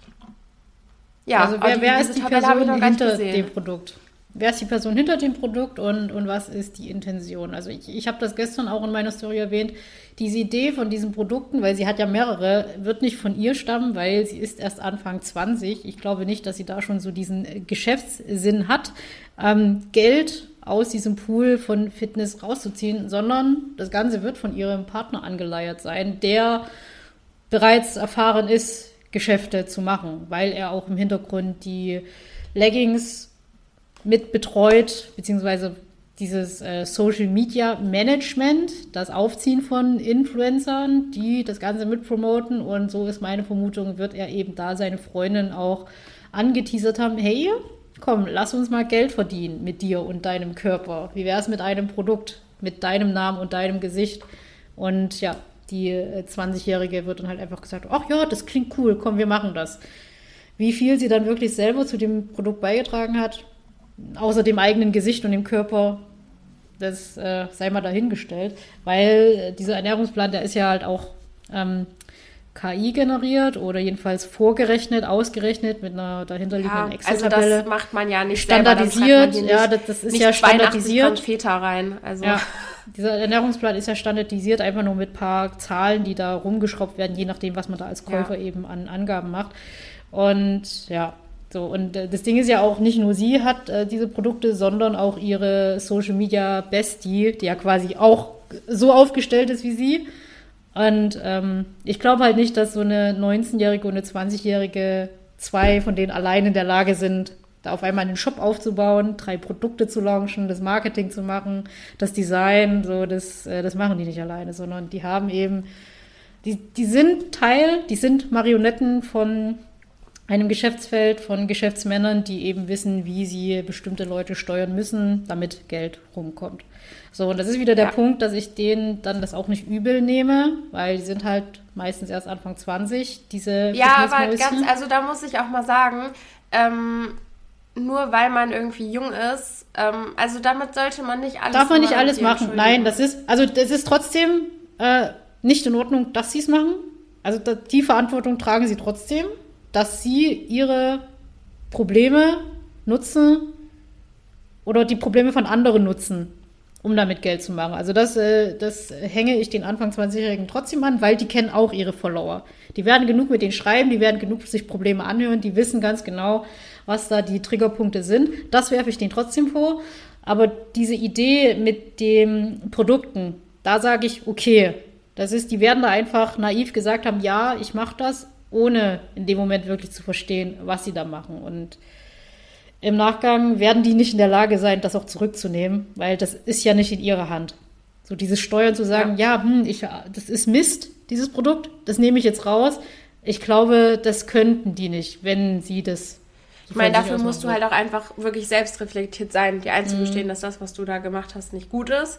ja, also wer, die, wer ist die Person hinter dem Produkt? Wer ist die Person hinter dem Produkt und, und was ist die Intention? Also ich, ich habe das gestern auch in meiner Story erwähnt. Diese Idee von diesen Produkten, weil sie hat ja mehrere, wird nicht von ihr stammen, weil sie ist erst Anfang zwanzig. Ich glaube nicht, dass sie da schon so diesen Geschäftssinn hat, ähm, Geld aus diesem Pool von Fitness rauszuziehen, sondern das Ganze wird von ihrem Partner angeleiert sein, der bereits erfahren ist, Geschäfte zu machen, weil er auch im Hintergrund die Leggings mit betreut, beziehungsweise dieses äh, Social Media Management, das Aufziehen von Influencern, die das Ganze mitpromoten, und so ist meine Vermutung, wird er eben da seine Freundin auch angeteasert haben, hey, komm, lass uns mal Geld verdienen mit dir und deinem Körper. Wie wäre es mit einem Produkt, mit deinem Namen und deinem Gesicht? Und ja, die zwanzigjährige wird dann halt einfach gesagt, ach ja, das klingt cool, komm, wir machen das. Wie viel sie dann wirklich selber zu dem Produkt beigetragen hat, außer dem eigenen Gesicht und dem Körper, das äh, sei mal dahingestellt. Weil dieser Ernährungsplan, der ist ja halt auch ähm, K I generiert oder jedenfalls vorgerechnet, ausgerechnet mit einer dahinterliegenden ja, Excel-Tabelle. Also das macht man ja nicht standardisiert. Selber, ja, das, das ist ja standardisiert. Feta rein. Also. Ja, dieser Ernährungsplan ist ja standardisiert, einfach nur mit ein paar Zahlen, die da rumgeschraubt werden, je nachdem, was man da als Käufer ja. eben an Angaben macht. Und ja, so, und äh, das Ding ist ja auch, nicht nur sie hat äh, diese Produkte, sondern auch ihre Social Media Bestie, die ja quasi auch so aufgestellt ist wie sie. Und ähm, ich glaube halt nicht, dass so eine neunzehnjährige und eine zwanzigjährige zwei von denen allein in der Lage sind, da auf einmal einen Shop aufzubauen, drei Produkte zu launchen, das Marketing zu machen, das Design, so, das, äh, das machen die nicht alleine, sondern die haben eben, die, die sind Teil, die sind Marionetten von einem Geschäftsfeld von Geschäftsmännern, die eben wissen, wie sie bestimmte Leute steuern müssen, damit Geld rumkommt. So, und das ist wieder der ja. Punkt, dass ich denen dann das auch nicht übel nehme, weil die sind halt meistens erst Anfang zwanzig, diese Ja, aber ganz, also da muss ich auch mal sagen, ähm, nur weil man irgendwie jung ist, ähm, also damit sollte man nicht alles Darf man nicht alles machen, nein, das ist, also das ist trotzdem äh, nicht in Ordnung, dass sie es machen. Also da, die Verantwortung tragen sie trotzdem, dass sie ihre Probleme nutzen oder die Probleme von anderen nutzen, um damit Geld zu machen. Also das, äh, das hänge ich den Anfang zwanzigjährigen trotzdem an, weil die kennen auch ihre Follower. Die werden genug mit denen schreiben, die werden genug sich Probleme anhören, die wissen ganz genau, was da die Triggerpunkte sind. Das werfe ich denen trotzdem vor. Aber diese Idee mit den Produkten, da sage ich, okay, das ist, die werden da einfach naiv gesagt haben, ja, ich mache das, ohne in dem Moment wirklich zu verstehen, was sie da machen. Und im Nachgang werden die nicht in der Lage sein, das auch zurückzunehmen, weil das ist ja nicht in ihrer Hand. So dieses Steuern zu sagen, ja, ja hm, ich, das ist Mist, dieses Produkt, das nehme ich jetzt raus. Ich glaube, das könnten die nicht, wenn sie das... Ich meine, dafür musst du halt auch einfach wirklich selbstreflektiert sein, dir einzugestehen, mhm. dass das, was du da gemacht hast, nicht gut ist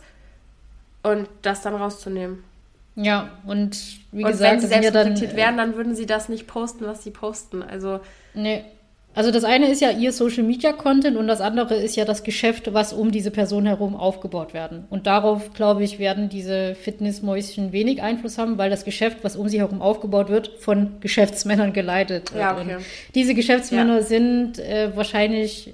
und das dann rauszunehmen. Ja, und wie und gesagt, wenn sie selbstreflektiert ja dann, wären, dann würden sie das nicht posten, was sie posten. Also nee. Also das eine ist ja ihr Social-Media-Content und das andere ist ja das Geschäft, was um diese Person herum aufgebaut werden. Und darauf, glaube ich, werden diese Fitnessmäuschen wenig Einfluss haben, weil das Geschäft, was um sie herum aufgebaut wird, von Geschäftsmännern geleitet wird. Ja, okay. Und diese Geschäftsmänner ja. sind äh, wahrscheinlich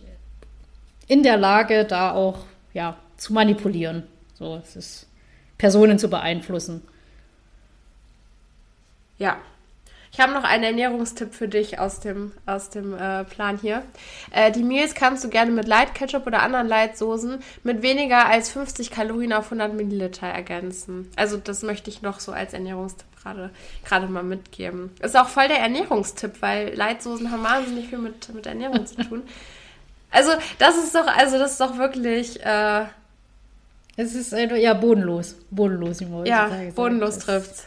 in der Lage, da auch ja, zu manipulieren. So, es ist Personen zu beeinflussen. Ja. Ich habe noch einen Ernährungstipp für dich aus dem, aus dem äh, Plan hier. Äh, die Meals kannst du gerne mit Light Ketchup oder anderen Light-Soßen mit weniger als fünfzig Kalorien auf hundert Milliliter ergänzen. Also das möchte ich noch so als Ernährungstipp gerade gerade mal mitgeben. Ist auch voll der Ernährungstipp, weil Light-Soßen haben wahnsinnig viel mit, mit Ernährung zu tun. Also das ist doch, also das ist doch wirklich... Äh, es ist äh, ja bodenlos. Bodenlos, wie man ja, heutzutage sagt. bodenlos trifft's.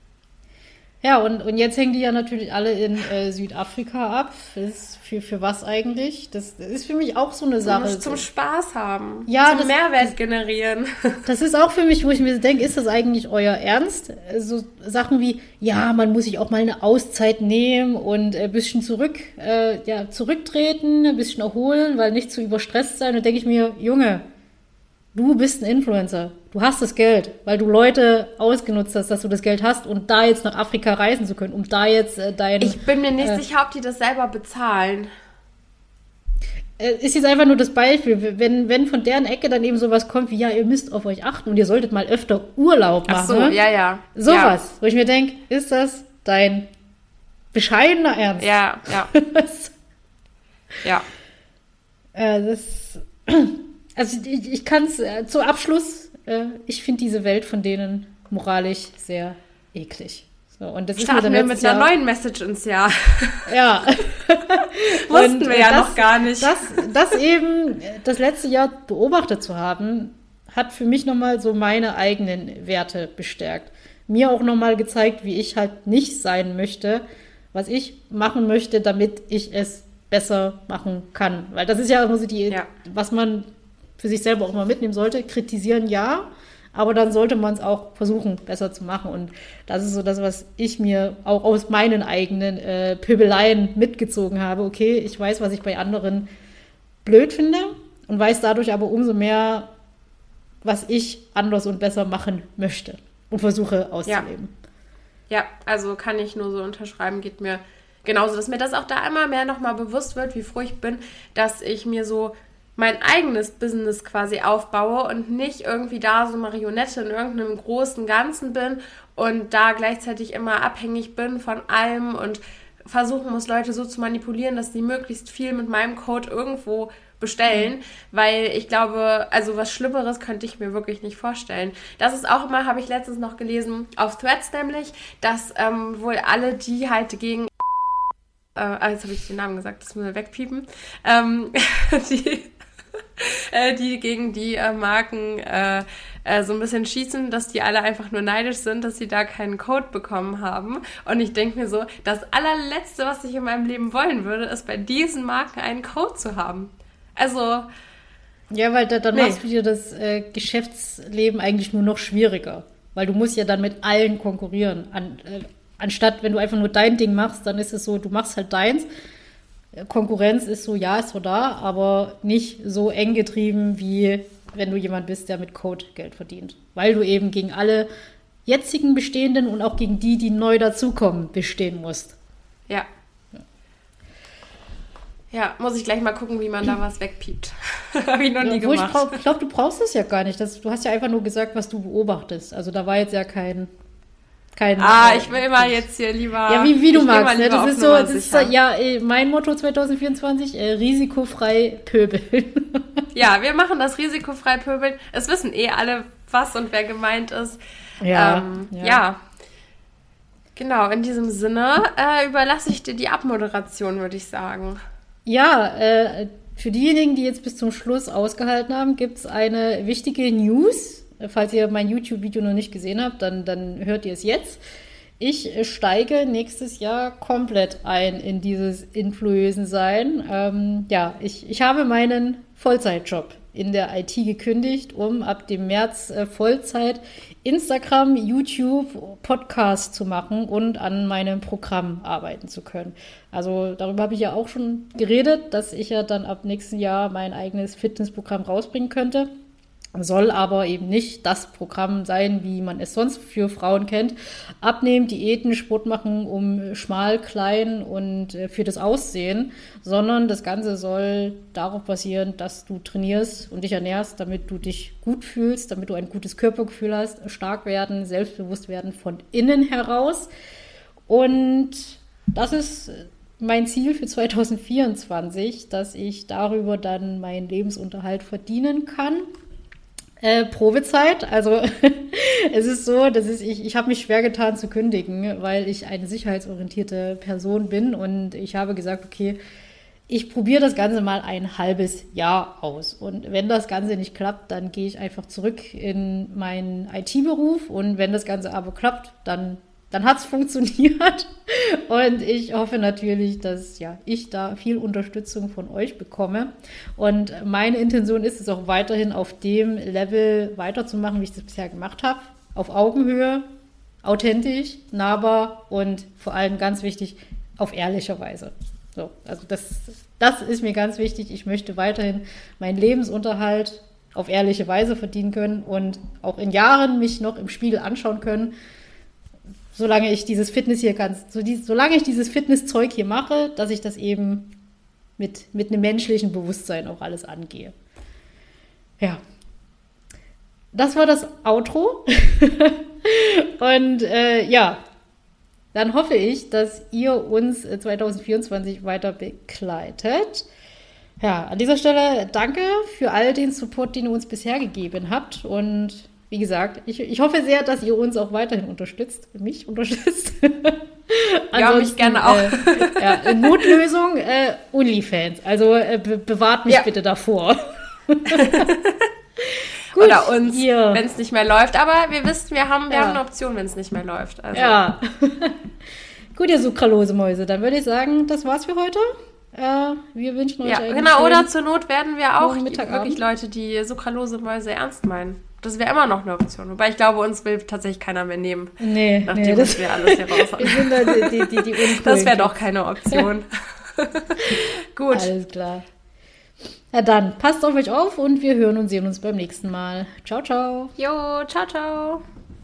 Ja, und, und jetzt hängen die ja natürlich alle in äh, Südafrika ab. Das ist für, für was eigentlich? Das, das ist für mich auch so eine Sache. Zum, zum Spaß haben. Ja, zum das, Mehrwert das, generieren. Das ist auch für mich, wo ich mir denke, ist das eigentlich euer Ernst? So Sachen wie, ja, man muss sich auch mal eine Auszeit nehmen und ein bisschen zurück, äh, ja, zurücktreten, ein bisschen erholen, weil nicht zu überstresst sein. Und denke ich mir, Junge, du bist ein Influencer. Du hast das Geld, weil du Leute ausgenutzt hast, dass du das Geld hast und da jetzt nach Afrika reisen zu können, um da jetzt äh, dein... Ich bin mir nicht äh, sicher, ob die das selber bezahlen. Äh, ist jetzt einfach nur das Beispiel. Wenn, wenn von deren Ecke dann eben sowas kommt wie, ja, ihr müsst auf euch achten und ihr solltet mal öfter Urlaub machen. Ach so, ja, ja. Sowas, ja. wo ich mir denke, ist das dein bescheidener Ernst? Ja, ja. ja. Äh, das... Also ich, ich kann es äh, zum Abschluss, äh, ich finde diese Welt von denen moralisch sehr eklig. So, und das Starten ist wir mit einer Jahr, neuen Message ins Jahr. Ja. Wussten und, wir ja das, noch gar nicht. Das, das eben, das letzte Jahr beobachtet zu haben, hat für mich nochmal so meine eigenen Werte bestärkt. Mir auch nochmal gezeigt, wie ich halt nicht sein möchte, was ich machen möchte, damit ich es besser machen kann. Weil das ist ja immer so die, ja. was man für sich selber auch mal mitnehmen sollte. Kritisieren ja, aber dann sollte man es auch versuchen, besser zu machen. Und das ist so das, was ich mir auch aus meinen eigenen äh, Pöbeleien mitgezogen habe. Okay, ich weiß, was ich bei anderen blöd finde und weiß dadurch aber umso mehr, was ich anders und besser machen möchte und versuche auszuleben. Ja, ja, also kann ich nur so unterschreiben, geht mir genauso, dass mir das auch da einmal mehr nochmal bewusst wird, wie froh ich bin, dass ich mir so mein eigenes Business quasi aufbaue und nicht irgendwie da so Marionette in irgendeinem großen Ganzen bin und da gleichzeitig immer abhängig bin von allem und versuchen muss, Leute so zu manipulieren, dass sie möglichst viel mit meinem Code irgendwo bestellen, mhm. weil ich glaube, also was Schlimmeres könnte ich mir wirklich nicht vorstellen. Das ist auch immer, habe ich letztens noch gelesen, auf Threads nämlich, dass ähm, wohl alle, die halt gegen äh, jetzt habe ich den Namen gesagt, das müssen wir wegpiepen, ähm, die die gegen die äh, Marken äh, äh, so ein bisschen schießen, dass die alle einfach nur neidisch sind, dass sie da keinen Code bekommen haben. Und ich denke mir so, das allerletzte, was ich in meinem Leben wollen würde, ist bei diesen Marken einen Code zu haben. Also... Ja, weil da, dann nee. machst du dir das äh, Geschäftsleben eigentlich nur noch schwieriger. Weil du musst ja dann mit allen konkurrieren. An, äh, anstatt, wenn du einfach nur dein Ding machst, dann ist es so, du machst halt deins. Konkurrenz ist so, ja, ist so da, aber nicht so eng getrieben, wie wenn du jemand bist, der mit Code Geld verdient. Weil du eben gegen alle jetzigen Bestehenden und auch gegen die, die neu dazukommen, bestehen musst. Ja. Ja, ja muss ich gleich mal gucken, wie man da was wegpiept. Habe ich noch ja, nie gemacht. Ich, ich glaube, du brauchst es ja gar nicht. Das, du hast ja einfach nur gesagt, was du beobachtest. Also da war jetzt ja kein... Kein, ah, äh, ich will immer jetzt hier lieber... Ja, wie, wie du magst. Ne? Das ist so, das ist so, sicher. ja, mein Motto zwanzig vierundzwanzig, äh, risikofrei pöbeln. Ja, wir machen das risikofrei pöbeln. Es wissen eh alle, was und wer gemeint ist. Ja, ähm, ja. ja. Genau, in diesem Sinne äh, überlasse ich dir die Abmoderation, würde ich sagen. Ja, äh, für diejenigen, die jetzt bis zum Schluss ausgehalten haben, gibt es eine wichtige News. Falls ihr mein YouTube-Video noch nicht gesehen habt, dann, dann hört ihr es jetzt. Ich steige nächstes Jahr komplett ein in dieses Influencer-Sein. Ähm, ja, ich, ich habe meinen Vollzeitjob in der I T gekündigt, um ab dem März äh, Vollzeit Instagram, YouTube, Podcast zu machen und an meinem Programm arbeiten zu können. Also darüber habe ich ja auch schon geredet, dass ich ja dann ab nächsten Jahr mein eigenes Fitnessprogramm rausbringen könnte. Soll aber eben nicht das Programm sein, wie man es sonst für Frauen kennt. Abnehmen, Diäten, Sport machen, um schmal, klein und äh, für das Aussehen, sondern das Ganze soll darauf basieren, dass du trainierst und dich ernährst, damit du dich gut fühlst, damit du ein gutes Körpergefühl hast, stark werden, selbstbewusst werden von innen heraus. Und das ist mein Ziel für zwanzig vierundzwanzig, dass ich darüber dann meinen Lebensunterhalt verdienen kann. Äh, Probezeit, also es ist so, dass es, ich, ich habe mich schwer getan zu kündigen, weil ich eine sicherheitsorientierte Person bin und ich habe gesagt, okay, ich probiere das Ganze mal ein halbes Jahr aus und wenn das Ganze nicht klappt, dann gehe ich einfach zurück in meinen I T-Beruf und wenn das Ganze aber klappt, dann Dann hat es funktioniert und ich hoffe natürlich, dass ja, ich da viel Unterstützung von euch bekomme. Und meine Intention ist es auch weiterhin auf dem Level weiterzumachen, wie ich das bisher gemacht habe. Auf Augenhöhe, authentisch, nahbar und vor allem ganz wichtig, auf ehrliche Weise. So, also das, das ist mir ganz wichtig. Ich möchte weiterhin meinen Lebensunterhalt auf ehrliche Weise verdienen können und auch in Jahren mich noch im Spiegel anschauen können, solange ich dieses Fitness hier ganz, so die, solange ich dieses Fitnesszeug hier mache, dass ich das eben mit, mit einem menschlichen Bewusstsein auch alles angehe. Ja. Das war das Outro. Und äh, ja, dann hoffe ich, dass ihr uns zwanzig vierundzwanzig weiter begleitet. Ja, an dieser Stelle danke für all den Support, den ihr uns bisher gegeben habt und wie gesagt, ich, ich hoffe sehr, dass ihr uns auch weiterhin unterstützt, mich unterstützt. Ja, mich gerne auch. Äh, ja, Notlösung, äh, OnlyFans. Also äh, be- bewahrt mich ja. bitte davor. Gut, oder uns, wenn es nicht mehr läuft. Aber wir wissen, wir haben, wir ja. haben eine Option, wenn es nicht mehr läuft. Also. Ja. Gut, ihr sukralose Mäuse. Dann würde ich sagen, das war's für heute. Äh, wir wünschen euch ja, einen genau, oder zur Not werden wir auch die, wirklich Abend. Leute, die sukralose Mäuse ernst meinen. Das wäre immer noch eine Option. Wobei ich glaube, uns will tatsächlich keiner mehr nehmen. Nee, nachdem nee, das wir alles hier raus haben. Ich bin da die, die, die, die Das wäre doch keine Option. Gut. Alles klar. Ja, dann passt auf euch auf und wir hören und sehen uns beim nächsten Mal. Ciao, ciao. Jo, ciao, ciao.